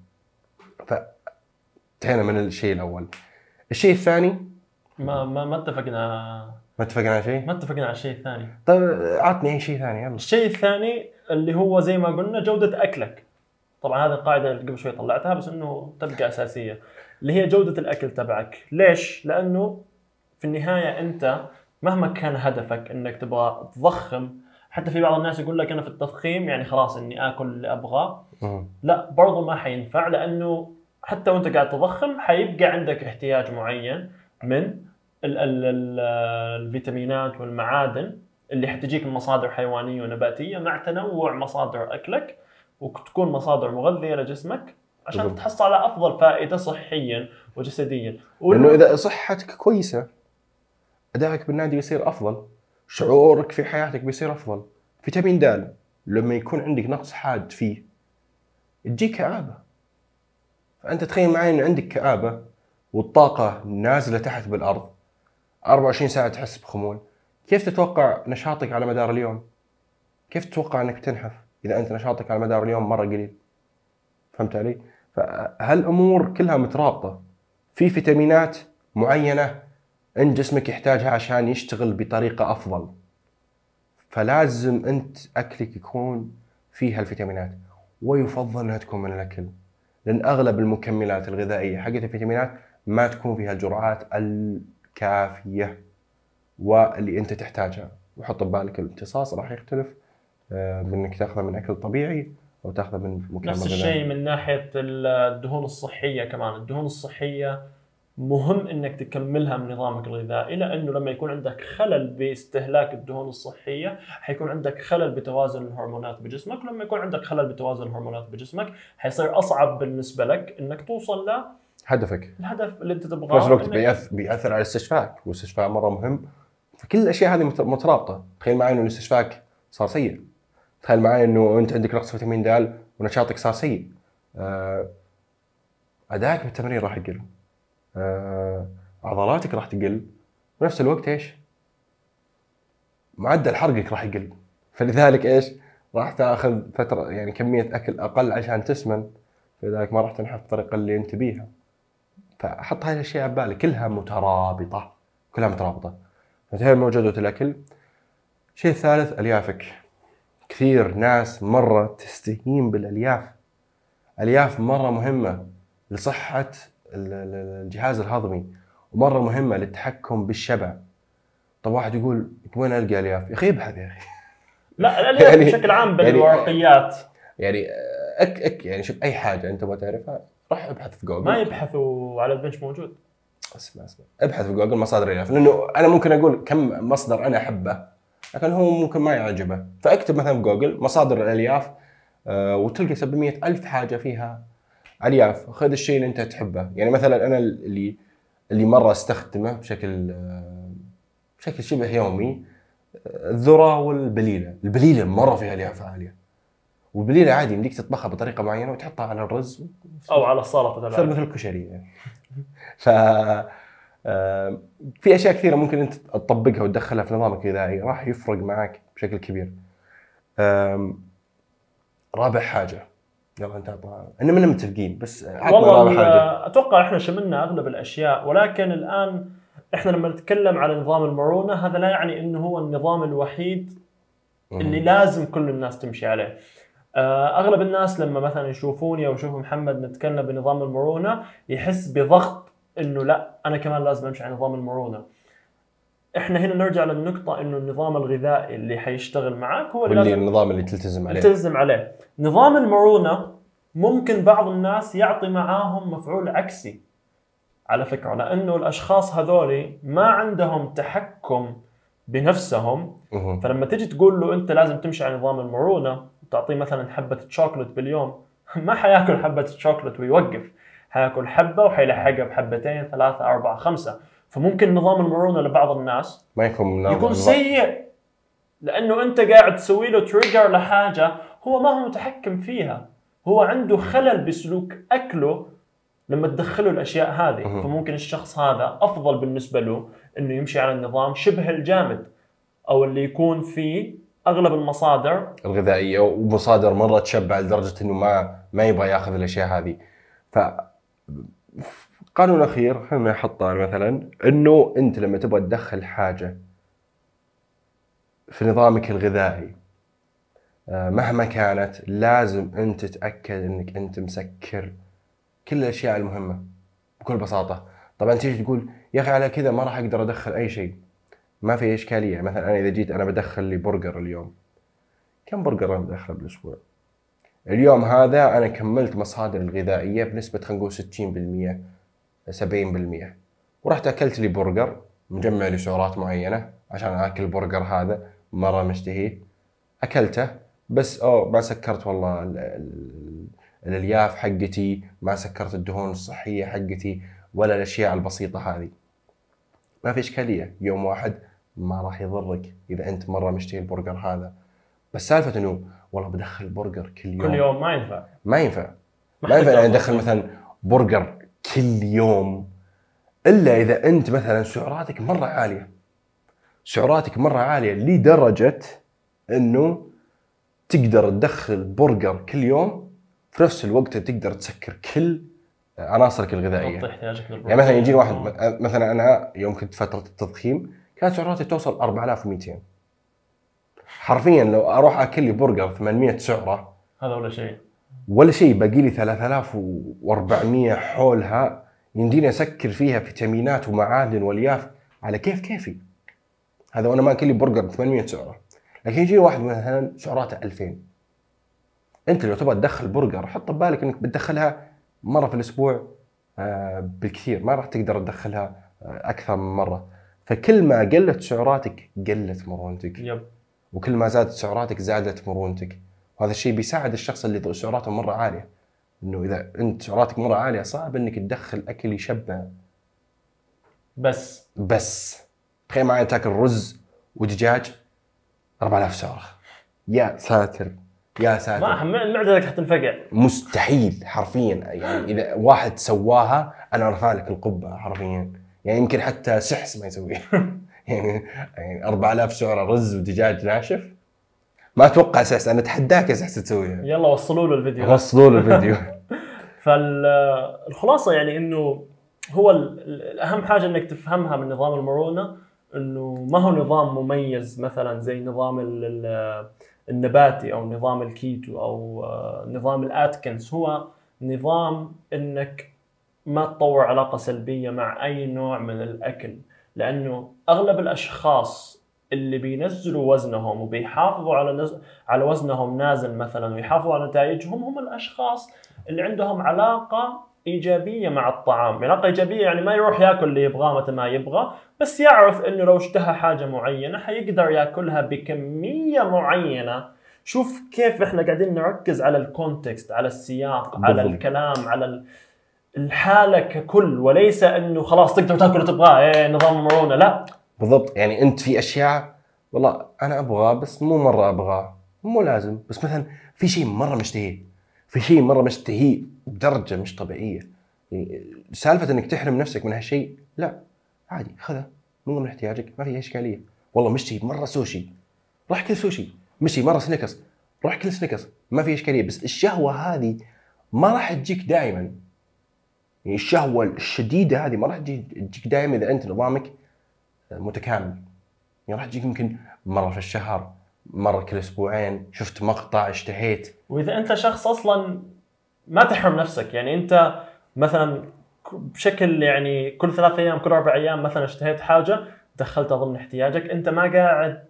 فانتهينا من الشيء الأول. الشيء الثاني ما ما ما اتفقنا ما اتفقنا على شيء؟ ما اتفقنا على الشيء الثاني. طيب عطني أي شيء ثاني. يلا. الشيء الثاني اللي هو زي ما قلنا جودة أكلك. طبعا هذه القاعدة اللي قبل شوي طلعتها بس إنه تبقى أساسية، اللي هي جودة الأكل تبعك. ليش؟ لأنه في النهاية أنت مهما كان هدفك إنك تبغى تضخم، حتى في بعض الناس يقول لك أنا في التضخيم يعني خلاص إني آكل اللي أبغاه. لا، برضو ما حينفع، لأنه حتى وأنت قاعد تضخم حيبقى عندك احتياج معين من ال ال ال الفيتامينات والمعادن اللي حتجيك من مصادر حيوانية ونباتية مع تنوع مصادر أكلك، وتكون مصادر مغذية لجسمك عشان بالضبط. تحصل على أفضل فائدة صحيا وجسديا. لأنه إذا صحتك كويسة أدائك بالنادي بيصير أفضل، شعورك في حياتك بيصير أفضل. فيتامين د لما يكون عندك نقص حاد فيه تجيك كآبة. فأنت تخيل معي إن عندك كآبة والطاقة نازلة تحت بالأرض، أربعة وعشرين ساعة تحس بخمول، كيف تتوقع نشاطك على مدار اليوم؟ كيف تتوقع أنك تنحف إذا أنت نشاطك على مدار اليوم مرة قليل؟ فهمت علي؟ فهالأمور كلها مترابطة. في فيتامينات معينة أن جسمك يحتاجها عشان يشتغل بطريقة أفضل، فلازم أنت أكلك يكون فيها الفيتامينات، ويفضل أنها تكون من الأكل، لأن أغلب المكملات الغذائية حقت الفيتامينات ما تكون فيها الجرعات الكافية واللي أنت تحتاجها. وحط ببالك الامتصاص راح يختلف منك تاخذه من أكل طبيعي أو تاخذه من مكمل نفس الشيء من ناحية الدهون الصحية. كمان الدهون الصحية مهم انك تكملها من نظامك الغذائي، لانه لما يكون عندك خلل باستهلاك الدهون الصحيه حيكون عندك خلل بتوازن الهرمونات بجسمك، ولما يكون عندك خلل بتوازن الهرمونات بجسمك حيصير اصعب بالنسبه لك انك توصل ل هدفك، الهدف اللي انت تبغاه. في نفس الوقت بيأثر, بيأثر على استشفائك، والاستشفاء مره مهم. فكل الاشياء هذه مترابطه. تخيل معي انه استشفائك صار سيء، تخيل معي انه انت عندك نقص فيتامين د ونشاطك صار سيء، ادائك بالتمرين راح يقل، آه، عضلاتك راح تقل، بنفس الوقت ايش؟ معدل حرقك راح يقل. فلذلك ايش؟ راح تاخذ فتره يعني كميه اكل اقل عشان تسمن، فلذلك ما راح تنحف بالطريقه اللي انت بيها. فحط هاي الاشياء ببالك، كلها مترابطه كلها مترابطه. فانتهينا من جودة الاكل. الشيء الثالث اليافك. كثير ناس مره تستهين بالالياف. الياف مره مهمه لصحه ال- ال- الجهاز الهضمي، ومره مهمه للتحكم بالشبع. طب واحد يقول وين القى الياف؟ يا اخي ابحث يا اخي. لا الالياف يعني- بشكل عام يعني- بالورقيات يعني اك اك يعني شوف اي حاجه انت ما تعرفها روح ابحث في جوجل. ما يبحثوا على البنش موجود. اسمع اسمع ابحث في جوجل مصادر الياف، لانه انا ممكن اقول كم مصدر انا احبه لكن هو ممكن ما يعجبه، فاكتب مثلا في جوجل مصادر الالياف آه وتلقى سبعمية ألف حاجه فيها الياف. خذ الشيء اللي انت تحبه. يعني مثلا انا اللي اللي مره استخدمه بشكل آه بشكل شبه يومي آه، الذره والبليله. البليله مره فيها الياف عاليه، والبليله عادي يمديك تطبخها بطريقه معينه وتحطها على الرز او على السلطه تصير تبعك. مثل الكشري يعني. ف آه، في اشياء كثيره ممكن انت تطبقها وتدخلها في نظامك الغذائي راح يفرق معك بشكل كبير. آم، رابع حاجه يلا انت اعطها ان من متفقين بس عطنا والله رابع ال- حاجه. اتوقع احنا شملنا اغلب الاشياء، ولكن الان احنا لما نتكلم على نظام المرونه هذا لا يعني انه هو النظام الوحيد اللي مم. لازم كل الناس تمشي عليه. آه، اغلب الناس لما مثلا يشوفوني او يشوفوا محمد نتكلم بنظام المرونه يحس بضغط انه لا انا كمان لازم امشي على نظام المرونه. احنا هنا نرجع للنقطه انه النظام الغذائي اللي حيشتغل معك هو اللي واللي لازم النظام اللي تلتزم عليه. تلزم عليه. نظام المرونه ممكن بعض الناس يعطي معاهم مفعول عكسي على فكره، لانه الاشخاص هذول ما عندهم تحكم بنفسهم. مهم. فلما تيجي تقول له انت لازم تمشي على نظام المرونه وتعطيه مثلا حبه شوكولات باليوم ما حياكل حبه شوكولات ويوقف، حياكل حبه وحيلحقها بحبتين ثلاثه اربعه خمسه. فممكن نظام المرونه لبعض الناس ما يكون نظام يكون سيء لانه انت قاعد تسوي له تريجر لحاجه هو ما هو متحكم فيها، هو عنده خلل بسلوك اكله لما تدخله الاشياء هذه. مهم. فممكن الشخص هذا افضل بالنسبه له انه يمشي على النظام شبه الجامد او اللي يكون فيه اغلب المصادر. الغذائيه ومصادر مره تشبع لدرجه انه ما ما يبغى ياخذ الاشياء هذه. ف قانون اخير خلينا نحطه مثلا انه انت لما تبغى تدخل حاجه في نظامك الغذائي آه، مهما كانت لازم انت تتاكد انك انت مسكر كل الاشياء المهمه بكل بساطه. طبعا تيجي تقول يا اخي على كذا ما راح اقدر ادخل اي شيء، ما في اشكاليه. مثلا انا اذا جيت انا بدخل لي برجر اليوم، كم برجر انا بدخله بالاسبوع؟ اليوم هذا انا كملت مصادر الغذائيه بنسبه خلينا نقول ستين بالمية سبعين بالمية، ورحت اكلت لي برجر مجمع لي سعرات معينه عشان اكل البرجر هذا مره مشتهيه، اكلته بس اوه ما سكرت والله ال- ال- الالياف حقتي، ما سكرت الدهون الصحيه حقتي ولا الاشياء البسيطه هذه. ما في اشكاليه، يوم واحد ما راح يضرك اذا انت مره مشتهي البرجر هذا. بس سالفه انه والله بدخل برجر كل يوم كل يوم ما ينفع. ما ينفع. ما ما ينفع حتقدر يعني ادخل مثلا برجر كل يوم الا اذا انت مثلا سعراتك مره عاليه، سعراتك مره عاليه لدرجه انه تقدر تدخل برجر كل يوم في نفس الوقت تقدر تسكر كل عناصرك الغذائيه. تغطي احتياجك للبروتين. يعني مثلا يجيني واحد مثلا انا يوم كنت فتره التضخيم كانت سعراتي توصل أربعة آلاف ومئتين، حرفيا لو اروح اكل لي برجر ثمانمئة سعره هذا ولا شيء ولا شيء، باقي لي ثلاثة آلاف وأربعمئة حولها يمديني اسكر فيها فيتامينات ومعادن والياف على كيف كيفي. هذا وانا ما اكل لي برجر ثمانمئة سعره. لكن يجي واحد مثلا سعراته ألفين، انت لو تبغى تدخل برجر حط ببالك انك بتدخلها مره في الاسبوع آه بالكثير، ما راح تقدر تدخلها آه اكثر من مره. فكل ما قلت سعراتك قلت مرونتك، يب. وكل ما زادت سعراتك زادت مرونتك. وهذا الشيء بيساعد الشخص اللي سعراته مره عاليه، انه اذا انت سعراتك مره عاليه صعب انك تدخل اكل يشبع. بس بس تخيل معي تاكل رز ودجاج أربعة آلاف سعره، يا ساتر يا ساتر. ما معدتك حتنفقع. مستحيل حرفيا. يعني اذا واحد سواها انا ارفع لك القبه حرفيا. يعني يمكن حتى سحس ما يسويها. يعني يعني أربعة آلاف سعره رز ودجاج ناشف ما اتوقع سحس. انا اتحداك يا سحس تسويها. يلا وصلوا له الفيديو. وصلوا له الفيديو. فالخلاصه يعني انه هو الاهم حاجه انك تفهمها من نظام المرونه انه ما هو نظام مميز مثلا زي نظام النباتي او نظام الكيتو او نظام الاتكنز. هو نظام انك ما تطور علاقة سلبية مع اي نوع من الاكل، لانه اغلب الاشخاص اللي بينزلوا وزنهم وبيحافظوا على نز... على وزنهم نازل مثلا ويحافظوا على نتائجهم هم الاشخاص اللي عندهم علاقة ايجابية مع الطعام. علاقة ايجابية يعني ما يروح ياكل اللي يبغاه متى ما يبغى، بس يعرف انه لو اشتهى حاجة معينة حيقدر ياكلها بكمية معينة. شوف كيف احنا قاعدين نركز على الكونتكست، على السياق، على بالضبط. الكلام، على الحالة ككل، وليس انه خلاص تقدر تاكل اللي تبغاه، ايه نظام المرونة، لا. بالضبط. يعني انت في اشياء والله انا ابغاه بس مو مره ابغاه، مو لازم، بس مثلا في شيء مره مشتهيه، في شيء مره مشتهيه بدرجه مش طبيعيه. يعني سالفه انك تحرم نفسك من هالشيء لا، عادي خذه من ضمن احتياجك، ما في اي اشكاليه. والله مشتهي مره سوشي، روح كل سوشي. مشتهي مره سنيكرز، روح كل سنيكرز، ما في اشكاليه. بس الشهوه هذه ما راح تجيك دائما. يعني الشهوه الشديده هذه ما راح تجيك دائما اذا انت نظامك متكامل. يعني راح تجيك يمكن مره في الشهر، مره كل اسبوعين، شفت مقطع اشتهيت. واذا انت شخص اصلا ما تحرم نفسك، يعني انت مثلا بشكل يعني كل ثلاث ايام كل اربع ايام مثلا اشتهيت حاجه دخلتها ضمن احتياجك، انت ما قاعد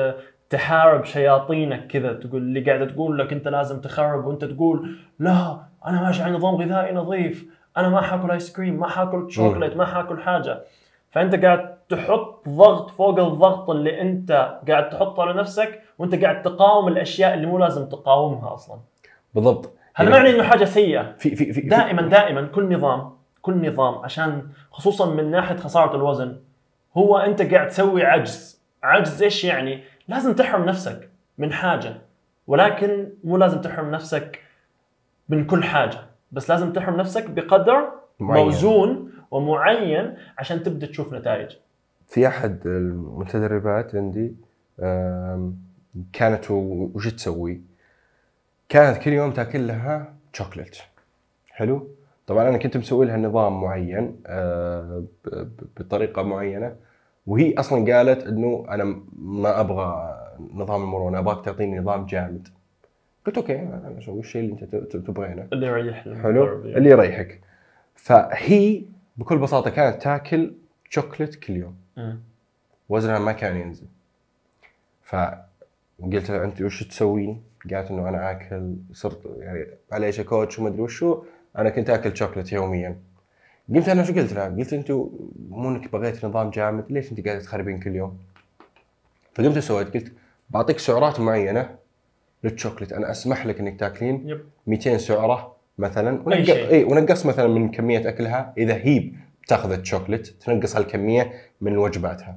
تحارب شياطينك كذا، تقول اللي قاعده تقول لك انت لازم تخرب، وانت تقول لا انا ماشي على نظام غذائي نظيف، انا ما حاكل ايس كريم، ما حاكل شوكولات، ما حاكل حاجه. فانت قاعد تحط ضغط فوق الضغط اللي انت قاعد تحطه على نفسك، وانت قاعد تقاوم الاشياء اللي مو لازم تقاومها اصلا. بالضبط. هذا يعني معني انه حاجه سيئه. في في في دائما دائما كل نظام كل نظام عشان خصوصا من ناحيه خساره الوزن، هو انت قاعد تسوي عجز. عجز ايش يعني؟ لازم تحرم نفسك من حاجه، ولكن مو لازم تحرم نفسك من كل حاجه، بس لازم تحرم نفسك بقدر معين. موزون ومعين عشان تبدا تشوف نتائج. في احد المتدربات عندي كانت وش تسوي؟ كانت كل يوم تاكل لها شوكليت. حلو. طبعا انا كنت مسوي لها نظام معين بطريقه معينه، وهي اصلا قالت انه انا ما ابغى نظام المرونه، ابغاك تعطيني نظام جامد. قلت اوكي انا اسوي الشيء اللي انت تبغينه، اللي يريح حلو، اللي يريحك. فهي بكل بساطه كانت تاكل شوكليت كل يوم، م. وزنها ما كان ينزل. فقلت لها انت وش تسوين؟ قالت انه انا اكل، صرت يعني معليش كوتش وما ادري وشو، انا كنت اكل شوكليت يوميا. قلت انا شو قلت لها؟ قلت انتوا مو انك بغيت نظام جامد، ليش انت قاعده تخربين كل يوم؟ فقمت سويت، قلت بعطيك سعرات معينه للشوكليت، انا اسمح لك انك تاكلين يب. مئتين سعره مثلا، أي ونقص شيء. اي ونقص مثلا من كميه اكلها. اذا هي بتاخذ الشوكليت تنقص هالكميه من وجباتها.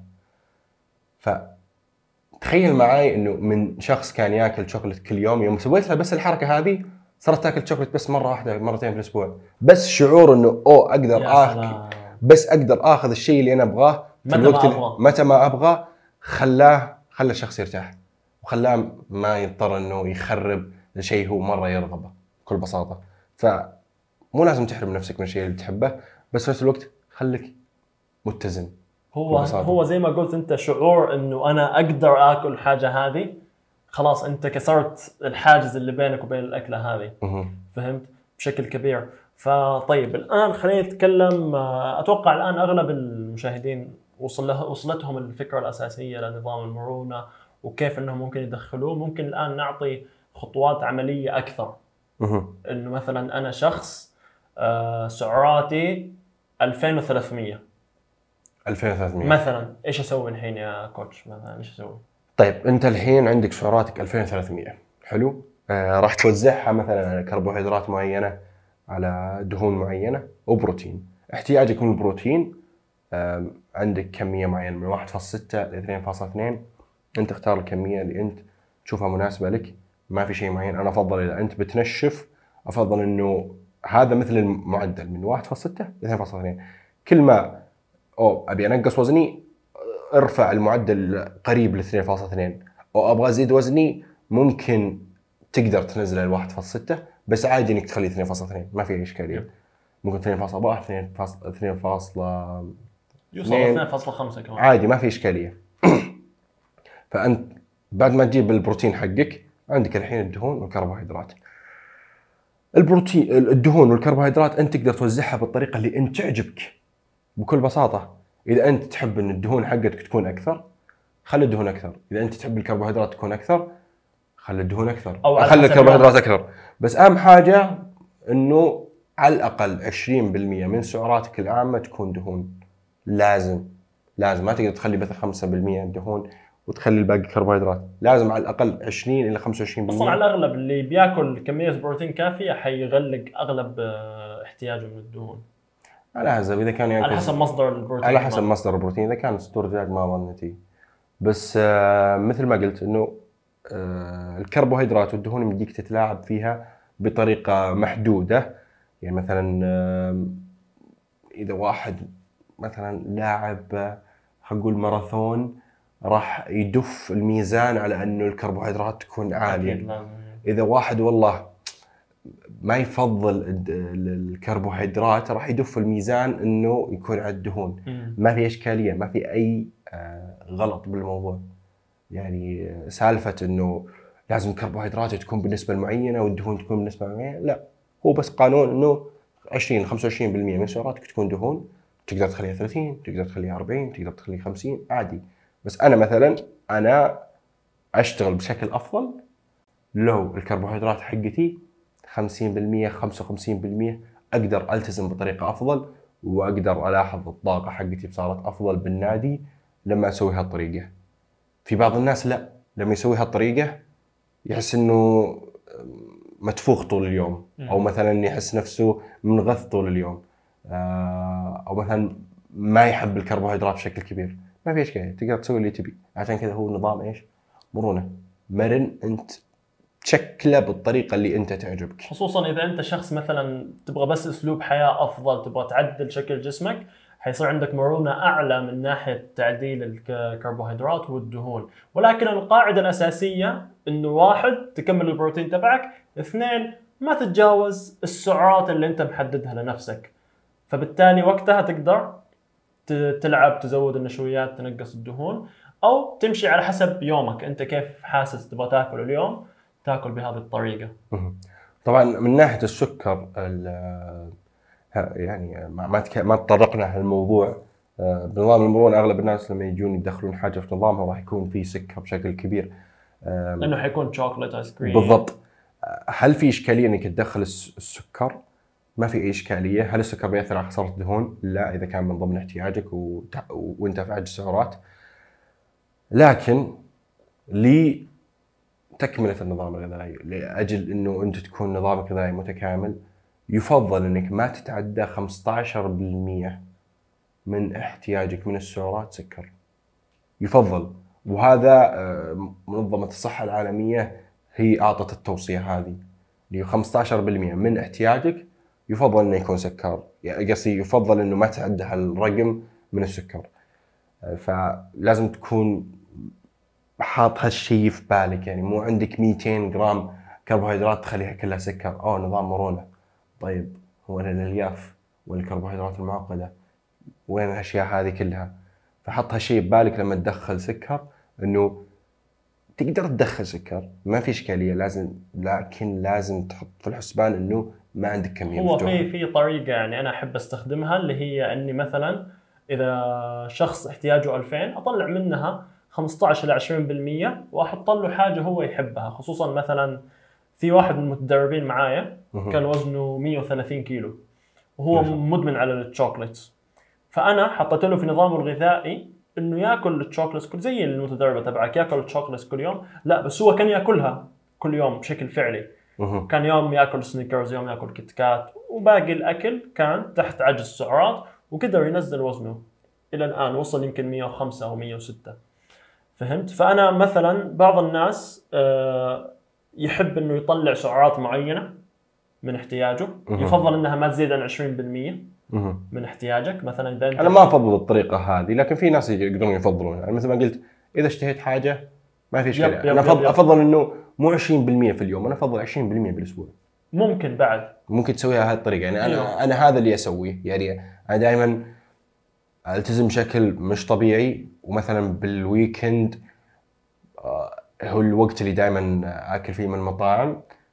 فتخيل معي انه من شخص كان ياكل شوكليت كل يوم، يوم سويت لها بس الحركه هذه صارت تاكل شوكليت بس مره واحده مرتين في الاسبوع. بس شعور انه اوه اقدر اكل، بس اقدر اخذ الشيء اللي انا ابغاه في الوقت اللي متى ما ابغى، خلاه خلى الشخص يرتاح، وخلاه ما يضطر انه يخرب لشيء هو مره يرغبه بكل بساطه. فمو لازم تحرم نفسك من الشيء اللي تحبه، بس في نفس الوقت خليك متزن. هو هو زي ما قلت انت، شعور انه انا اقدر اكل الحاجه هذه، خلاص انت كسرت الحاجز اللي بينك وبين الاكله هذه. فهمت بشكل كبير. فطيب الان خلينا نتكلم. اتوقع الان اغلب المشاهدين وصل له وصلتهم الفكره الاساسيه لنظام المرونه وكيف انهم ممكن يدخلوه. ممكن الان نعطي خطوات عمليه اكثر. انه مثلا انا شخص سعراتي ألفين وثلاثمية ألفين وثلاثمية مثلا، ايش اسوي الحين يا كوتش؟ مثلا ايش اسوي؟ طيب انت الحين عندك سعراتك ألفين وثلاثمية، حلو. آه راح توزعها مثلا على كربوهيدرات معينه، على دهون معينه، وبروتين. احتياجك من البروتين آه عندك كميه معينه من واحد فاصلة ستة ل اثنين فاصلة اثنين. انت اختار الكميه اللي انت تشوفها مناسبه لك، ما في شيء معين. انا افضل اذا انت بتنشف افضل انه هذا مثل المعدل من واحد فاصلة ستة ل اثنين فاصلة اثنين. كل ما او ابي انقص وزني ارفع المعدل قريب ل اثنين فاصلة اثنين، او ابغى ازيد وزني ممكن تقدر تنزله ل واحد فاصلة ستة، بس عادي انك تخليه اثنين فاصلة اثنين، ما في اي اشكاليه. ممكن اثنين فاصلة واحد اثنين فاصلة يوصل اثنين فاصلة خمسة كمان عادي، ما في اشكاليه. فانت بعد ما تجيب البروتين حقك عندك الحين الدهون والكربوهيدرات. البروتين الدهون والكربوهيدرات انت تقدر توزعها بالطريقه اللي انت تعجبك بكل بساطه. اذا انت تحب ان الدهون حقتك تكون اكثر خلي الدهون اكثر، اذا انت تحب الكربوهيدرات تكون اكثر خلي الدهون اكثر أو على خلي حسب الكربوهيدرات يومك. اكثر. بس اهم حاجه انه على الاقل عشرين بالمئة من سعراتك العامه تكون دهون. لازم لازم ما تقدر تخلي بس خمسة بالمئة دهون وتخلي الباقي كربوهيدرات، لازم على الاقل عشرين الى خمسة وعشرين بالمئة. اصلا على الاغلب اللي بياكل كميه بروتين كافيه حيغلق اغلب آه، احتياجه من الدهون، على حسب اذا كان ياكل على حسب مصدر البروتين. على حسب كمان. مصدر البروتين. اذا كان صدور دجاج ما ظنتي. بس آه مثل ما قلت انه آه الكربوهيدرات والدهون يمديك تتلاعب فيها بطريقه محدوده. يعني مثلا آه اذا واحد مثلا لاعب حنقول ماراثون راح يدف الميزان على انه الكربوهيدرات تكون عاليه. أكيد لازم. اذا واحد والله ما يفضل الد- الكربوهيدرات راح يدف الميزان انه يكون على الدهون. مم. ما في اشكاليه، ما في اي آه، غلط بالموضوع. يعني آه، سالفه انه لازم الكربوهيدرات تكون بالنسبه المعينه والدهون تكون بالنسبه معينه، لا، هو بس قانون انه عشرين خمسة وعشرين بالمئة من سعراتك تكون دهون. تقدر تخليها ثلاثين، تقدر تخليها أربعين، تقدر تخليها خمسين، عادي. بس انا مثلا انا اشتغل بشكل افضل لو الكربوهيدرات حقتي خمسين بالمئة خمسة وخمسين بالمئة اقدر التزم بطريقه افضل، واقدر الاحظ الطاقه حقتي صارت افضل بالنادي لما اسوي هالطريقه. في بعض الناس لا، لما يسوي هالطريقه يحس انه متفوخ طول اليوم، او مثلا يحس نفسه منغث طول اليوم، آه، او مثلا ما يحب الكربوهيدرات بشكل كبير. ما في اشكاليه، تقدر تسوي اللي تبي. عشان كذا هو نظام ايش؟ مرونه، مرن، انت تشكله بالطريقه اللي انت تعجبك. خصوصا اذا انت شخص مثلا تبغى بس اسلوب حياه افضل، تبغى تعدل شكل جسمك، حيصير عندك مرونه اعلى من ناحيه تعديل الكربوهيدرات والدهون. ولكن القاعده الاساسيه انه واحد تكمل البروتين تبعك، اثنين ما تتجاوز السعرات اللي انت محددها لنفسك. فبالتالي وقتها تقدر ت- تلعب، تزود النشويات، تنقص الدهون، او تمشي على حسب يومك انت كيف حاسس تبغى تاكل اليوم، تاكل بهذه الطريقه. مهم. طبعا من ناحيه السكر ال- ها- يعني ما ما تك- ما تطرقنا هالموضوع. آه، بنظام المرونه اغلب الناس لما يجون يدخلون حاجه في نظامهم راح يكون في سكر بشكل كبير. آم، لانه حيكون شوكولات ايس كريم. بالضبط. آه، هل في اشكاليه انك تدخل الس- السكر؟ ما في اي اشكاليه. هل السكر بياثر على خساره الدهون؟ لا، اذا كان من ضمن احتياجك وت- وانت في عجز السعرات. لكن لتكمله النظام الغذائي، لاجل انه انت تكون نظامك الغذائي متكامل، يفضل انك ما تتعدى خمسة عشر بالمئة من احتياجك من السعرات سكر. يفضل. وهذا آه، منظمه الصحه العالميه هي اعطت التوصيه هذه، اللي خمسة عشر بالمئة من احتياجك يفضل انه يكون سكر. يعني قصدي يفضل انه ما تعدى هالرقم من السكر. آه، فلازم تكون حاط هالشيء في بالك. يعني مو عندك مئتين جرام كربوهيدرات تخليها كلها سكر. اوه نظام مرونه. طيب هو الالياف والكربوهيدرات المعقده وين الاشياء هذه كلها؟ فحط هالشيء ببالك لما تدخل سكر، انه تقدر تدخل سكر ما في اشكاليه، لازم لكن لازم تحط في الحسبان انه ما عندك كميه هو مفتوحه. في في طريقه يعني انا احب استخدمها، اللي هي اني مثلا اذا شخص احتياجه ألفين اطلع منها خمسة عشر الى عشرين بالمئة واحط له حاجه هو يحبها. خصوصا مثلا في واحد من المتدربين معايا مهم. كان وزنه مئة وثلاثين كيلو وهو ما شاء الله. مدمن على الشوكولاتس. فانا حطيت له في نظامه الغذائي انه ياكل الشوكولاتس كل زي المتدربه تبعك ياكل الشوكولاتس كل يوم، لا بس هو كان ياكلها كل يوم بشكل فعلي. مهم. كان يوم ياكل سنيكرز، يوم ياكل كيت كات، وباقي الاكل كان تحت عجز السعرات، وقدر ينزل وزنه الى الان وصل يمكن مئة وخمسة او مئة وستة. فهمت؟ فانا مثلا بعض الناس آه، يحب انه يطلع سعرات معينه من احتياجه، مهم. يفضل انها ما تزيد عن عشرين بالمئة مهم. من احتياجك. مثلا اذا انت انا ما افضل الطريقه هذه، لكن في ناس يقدرون يفضلون. يعني مثل ما قلت اذا اشتهيت حاجه ما في يب- اشكاليه. يب- انا يب- افضل يب. افضل انه مو عشرين بالمئة في اليوم، انا افضل عشرين بالمئة بالاسبوع. ممكن بعد ممكن تسويها هذه الطريقه. يعني انا أيوه. انا هذا اللي اسويه. يعني انا دائما التزم بشكل مش طبيعي، ومثلا بالويكند آه، هو الوقت اللي دائما اكل فيه من المطاعم،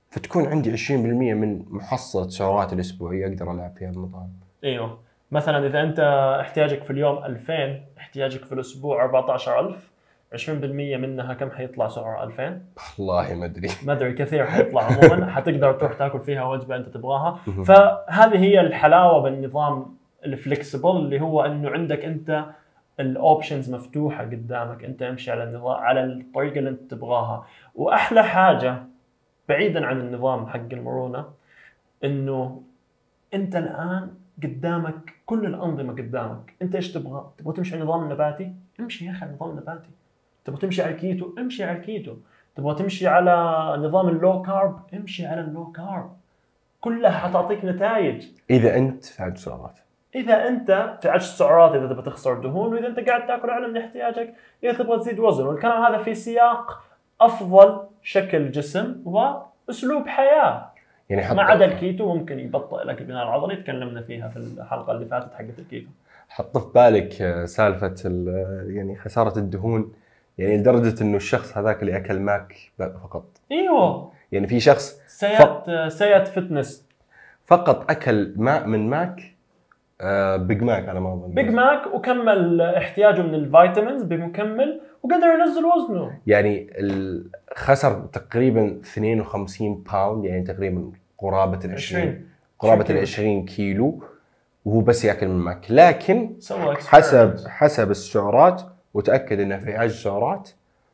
فتكون عندي عشرين بالمئة من محصلة سعراتي الأسبوعية أقدر ألعب فيها بالمطاعم. ايوه مثلا اذا انت احتياجك في اليوم ألفين، احتياجك في الاسبوع أربعة عشر ألف، عشرين بالمئة منها كم حيطلع سعر ألفين؟ والله ما أدري. ما ادري كثير حيطلع عموما، حتقدر تروح تاكل فيها وجبه انت تبغاها. فهذه هي الحلاوه بالنظام الفلكسبل، اللي هو انه عندك انت الاوبشنز مفتوحه قدامك، انت امشي على النظام على الطريقه اللي انت تبغاها. واحلى حاجه بعيدا عن النظام حق المرونه انه انت الان قدامك كل الانظمه قدامك، انت ايش تبغى؟ تبغى تمشي على النظام النباتي؟ امشي يا اخي على النظام النباتي. تبغى تمشي على الكيتو؟ امشي على الكيتو. تبغى تمشي على نظام اللو كارب؟ امشي على اللو كارب. كلها حتعطيك نتائج إذا أنت في عجز سعرات. اذا انت في عجز سعرات، اذا تبغى تخسر دهون، واذا انت قاعد تاكل اعلى من احتياجك، اذا تبغى تزيد وزن. والكلام هذا في سياق افضل شكل جسم واسلوب حياه. يعني ما عدا الكيتو ممكن يبطئ لك البناء العضلي، تكلمنا فيها في الحلقه اللي فاتت حقت الكيتو. حط في بالك سالفة يعني خسارة الدهون، يعني لدرجة إنه الشخص هذاك اللي أكل ماك فقط. ايوه يعني في شخص سيات سيات فتنس فقط أكل ماء من ماك، آه بيج ماك على ما أظن، بيج ماك، وكمل احتياجه من الفيتامينز بمكمل وقدر ينزل وزنه. يعني خسر تقريبا اثنين وخمسين باوند، يعني تقريبا قرابة ال عشرين قرابة ال عشرين كيلو، وهو بس ياكل من ماك. لكن حسب حسب السعرات وتأكد انه في عجز سعرات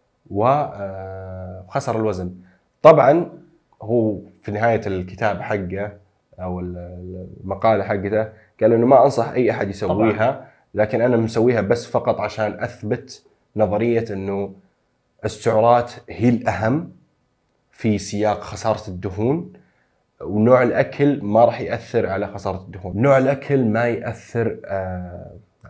وخسر الوزن. طبعا هو في نهاية الكتاب حقه او المقالة حقته قال انه ما انصح اي احد يسويها طبعاً. لكن انا مسويها بس فقط عشان اثبت نظرية انه السعرات هي الاهم في سياق خسارة الدهون، ونوع الأكل ما راح يأثر على خسارة الدهون. نوع الأكل ما يأثر آه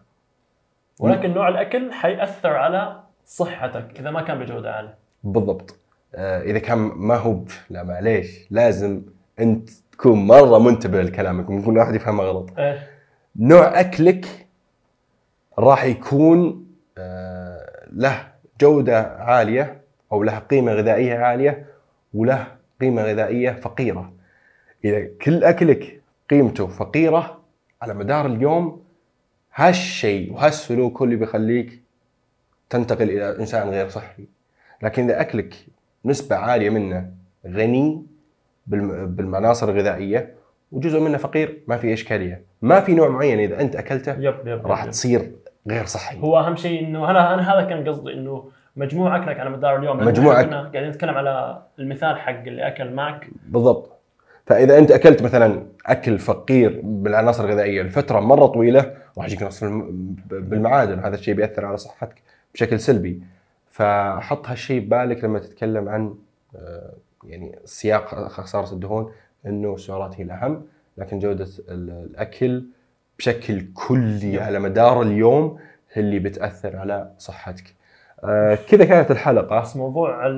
ولكن نوع الأكل حيأثر على صحتك إذا ما كان بجودة عالية. بالضبط. آه إذا كان ما هو لا معليش، لازم أنت تكون مرة منتبه لكلامك، ممكن واحد يفهمه غلط. إيه؟ نوع أكلك راح يكون آه له جودة عالية أو له قيمة غذائية عالية وله قيمة غذائية فقيرة. إذا كل أكلك قيمته فقيرة على مدار اليوم، هالشيء وهالسلوك هو اللي بيخليك تنتقل إلى إنسان غير صحي. لكن إذا أكلك نسبة عالية منه غني بالعناصر الغذائية وجزء منه فقير، ما في إشكالية. ما في نوع معين إذا أنت أكلته يب يب راح يب. تصير غير صحي. هو أهم شيء إنه أنا أنا هذا كان قصدي، إنه مجموع أكلك على مدار اليوم. مجموع أكل. قاعدين نتكلم على المثال حق اللي أكل معك. بالضبط. فإذا أنت أكلت مثلا أكل فقير بالعناصر الغذائية لفترة مرة طويلة راح يجيك نقص بالمعادن، هذا الشيء بيأثر على صحتك بشكل سلبي. فحط هالشيء ببالك لما تتكلم عن يعني سياق خسارة الدهون، إنه السعرات هي الأهم، لكن جودة الأكل بشكل كلي على مدار اليوم هي اللي بتأثر على صحتك. كذا كانت الحلقة. بس موضوع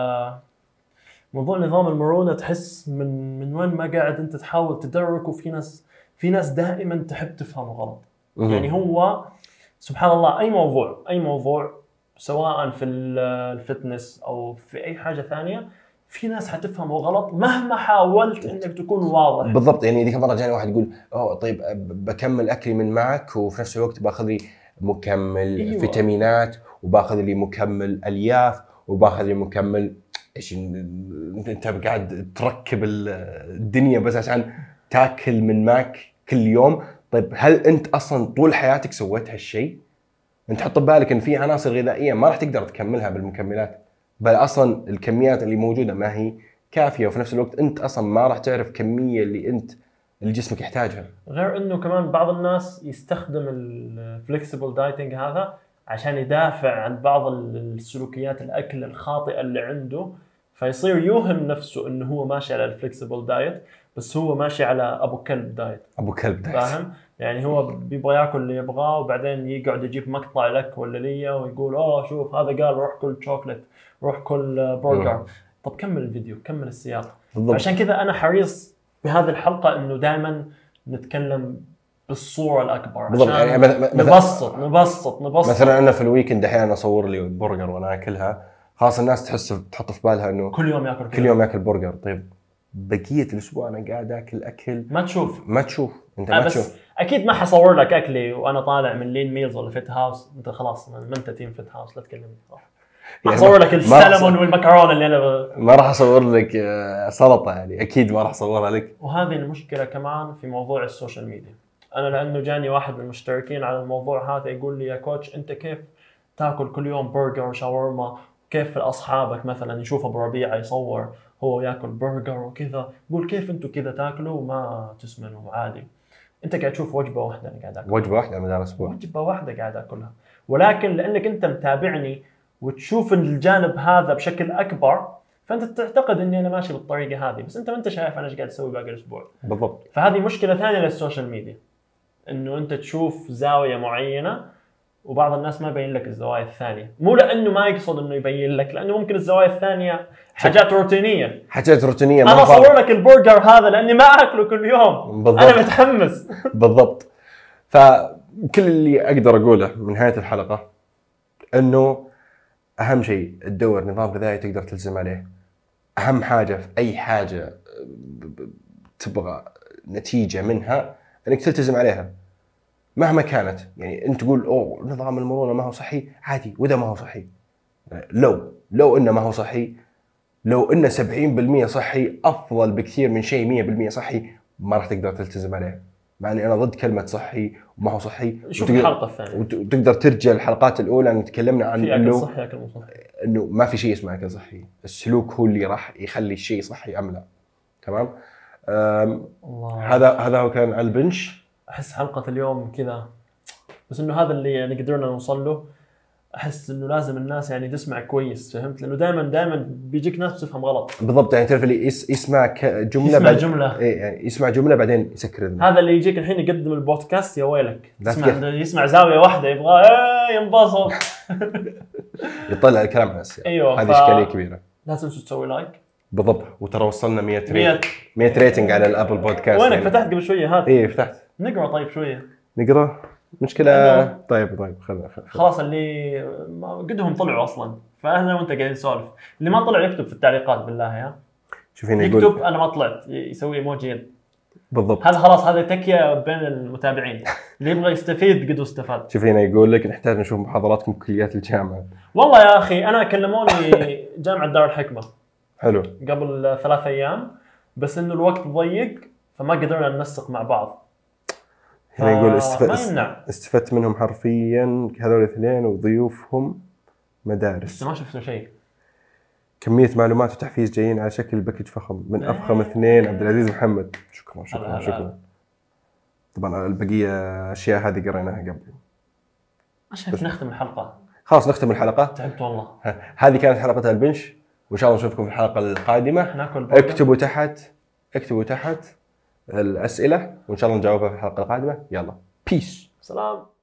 موضوع نظام المرونة تحس من من وين ما قاعد انت تحاول تدرك، وفي ناس في ناس دائما تحب تفهمه غلط. يعني هو سبحان الله اي موضوع اي موضوع سواء في الفتنس او في اي حاجة ثانية، في ناس حتفهمه غلط مهما حاولت انك تكون واضح. بالضبط. يعني ذيك مرة جاني واحد يقول اوه طيب بكمل اكلي من معك وفي نفس الوقت باخذ لي مكمل أيوة. فيتامينات، وباخذ لي مكمل الياف، وباخذ لي مكمل ايش انت قاعد تركب الدنيا بس عشان تاكل من ماك كل يوم. طيب هل انت اصلا طول حياتك سويت هالشيء؟ انت حط ببالك ان في عناصر غذائيه ما راح تقدر تكملها بالمكملات، بل اصلا الكميات اللي موجوده ما هي كافيه، وفي نفس الوقت انت اصلا ما راح تعرف كميه اللي انت اللي جسمك يحتاجها. غير انه كمان بعض الناس يستخدم الفلكسبل دايتنج هذا عشان يدافع عن بعض السلوكيات الاكل الخاطئه اللي عنده، فيصير يوهم نفسه انه هو ماشي على الفلكسبل دايت، بس هو ماشي على ابو كلب دايت. ابو كلب دايت، فاهم؟ يعني هو بيبغى ياكل اللي يبغاه، وبعدين يقعد يجيب مقطع لك ولا ليا ويقول اوه شوف هذا قال روح كل شوكليت، روح كل برجر. طب كمل الفيديو، كمل السياق. بالضبط. عشان كذا انا حريص بهذه الحلقه انه دائما نتكلم بالصوره الاكبر. بالضبط. يعني نبسط نبسط نبسط. مثلا انا في الويكند احيانا اصور لي برجر وانا اكلها، خلاص الناس تحس تحط في بالها انه كل يوم ياكل كل يوم ياكل برجر. طيب بقيه الاسبوع انا قاعد اكل اكل ما تشوف. ما تشوف انت آه ما بس تشوف. اكيد ما حصور لك اكلي وانا طالع من لين ميلز ولا فيت هاوس، انت خلاص ما انت تيم فيت هاوس لا تكلمني صح. ما يعني حصور ما- لك ما السلمون راح- والمكرونه اللي انا ب... ما راح اصور لك آه، سلطه يعني، اكيد ما راح اصورها لك. وهذه المشكله كمان في موضوع السوشيال ميديا. انا لانه جاني واحد من المشتركين على الموضوع هذا يقول لي يا كوتش انت كيف تاكل كل يوم برجر وشاورما، كيف اصحابك مثلا يشوفوا ابو ربيعه يصور هو ياكل برجر وكذا، يقول كيف انتم كذا تاكلوا وما تسمنوا عادي. انت قاعد تشوف وجبه واحده انا قاعد اكل وجبه واحده على مدار الاسبوع. وجبه واحده قاعد اكلها، ولكن لانك انت متابعني وتشوف الجانب هذا بشكل اكبر فانت تعتقد اني انا ماشي بالطريقه هذه، بس انت ما انت شايف انا ايش قاعد اسوي باقي الاسبوع. بالضبط. فهذه مشكله ثانيه للسوشيال ميديا، انه انت تشوف زاويه معينه وبعض الناس ما يبين لك الزوايا الثانيه، مو لانه ما يقصد انه يبين لك، لانه ممكن الزوايا الثانيه حاجات روتينيه. حاجات روتينيه. انا ما اصور فاهم. لك البرجر هذا لاني ما اكله كل يوم. بالضبط. انا متحمس. بالضبط. فكل اللي اقدر اقوله من نهايه الحلقه انه اهم شيء تدور نظام غذائي تقدر تلزم عليه. اهم حاجه في اي حاجه تبغى نتيجه منها انك تلتزم عليها مهما كانت. يعني انت تقول اوه نظام المرونه ما هو صحي، عادي، واذا ما هو صحي لو لو انه ما هو صحي، لو انه سبعين بالمئة صحي افضل بكثير من شيء مئة بالمئة صحي ما راح تقدر تلتزم عليه. مع اني انا ضد كلمه صحي وما هو صحي. شوف الحلقه الثانيه وتقدر ترجع الحلقات الاولى ان تكلمنا عن في اكل انه صحي اكل مو صحي، انه ما في شيء اسمه اكل صحي، السلوك هو اللي راح يخلي الشيء صحي ام لا. تمام. الله. هذا هذا هو كان على البنش. احس حلقه اليوم كذا، بس انه هذا اللي يعني قدرنا نوصل له. احس انه لازم الناس يعني تسمع كويس، فهمت؟ لانه دائما دائما بيجيك ناس تفهم غلط. بالضبط. يعني تعرف اللي يس يسمع جمله يسمع بعد جمله ايه يعني يسمع جمله بعدين يسكر اذنه. هذا اللي يجيك الحين يقدم البودكاست يا ويلك، لا يسمع تكف. يسمع زاويه واحده يبغى ايه ينبسط. يطلع الكلام على السياق. ايوه. هذه ف... اشكاليه كبيره. لا تنسوا تسوي لايك. بالضبط. وترى وصلنا مئة ريت مية. مئة ريتنج على الابل بودكاست. وينك يعني. فتحت قبل شويه هذا؟ ايه فتحت. نقرا طيب شويه. نقرا. مشكله. أيوه. طيب طيب خلنا خلنا. خلاص اللي ما- قدهم طلعوا اصلا، فاحنا وانت قاعدين نسولف. اللي ما طلع يكتب في التعليقات بالله ها. شوف هنا يقول. يكتب انا ما طلعت، يسوي ايموجي يد. بالضبط. هذا خلاص هذا تكيه بين المتابعين، اللي يبغى يستفيد قد استفاد. شوف هنا يقول لك نحتاج نشوف محاضراتكم بكليات الجامعه. والله يا اخي انا كلموني جامعه دار الحكمه حلو. قبل ثلاث ايام، بس انه الوقت ضيق فما قدرنا ننسق مع بعض. هنا يقول ما استف... يمنع. استفدت منهم حرفيا هذول الاثنين وضيوفهم مدارس. بس ما شفنا شيء. كمية معلومات وتحفيز جايين على شكل باكج فخم من افخم اثنين عبد العزيز محمد. شكرا شكرا هلا شكرا. هلا. طبعا البقية اشياء هذه قريناها قبل. ما شايف نختم الحلقه. خلاص نختم الحلقة. تعبت والله. هذه كانت حلقة البنش وان شاء الله نشوفكم في الحلقة القادمة. ناكل برجر. اكتبوا تحت اكتبوا تحت الأسئلة وان شاء الله نجاوبها في الحلقة القادمة. يلا بيس. سلام.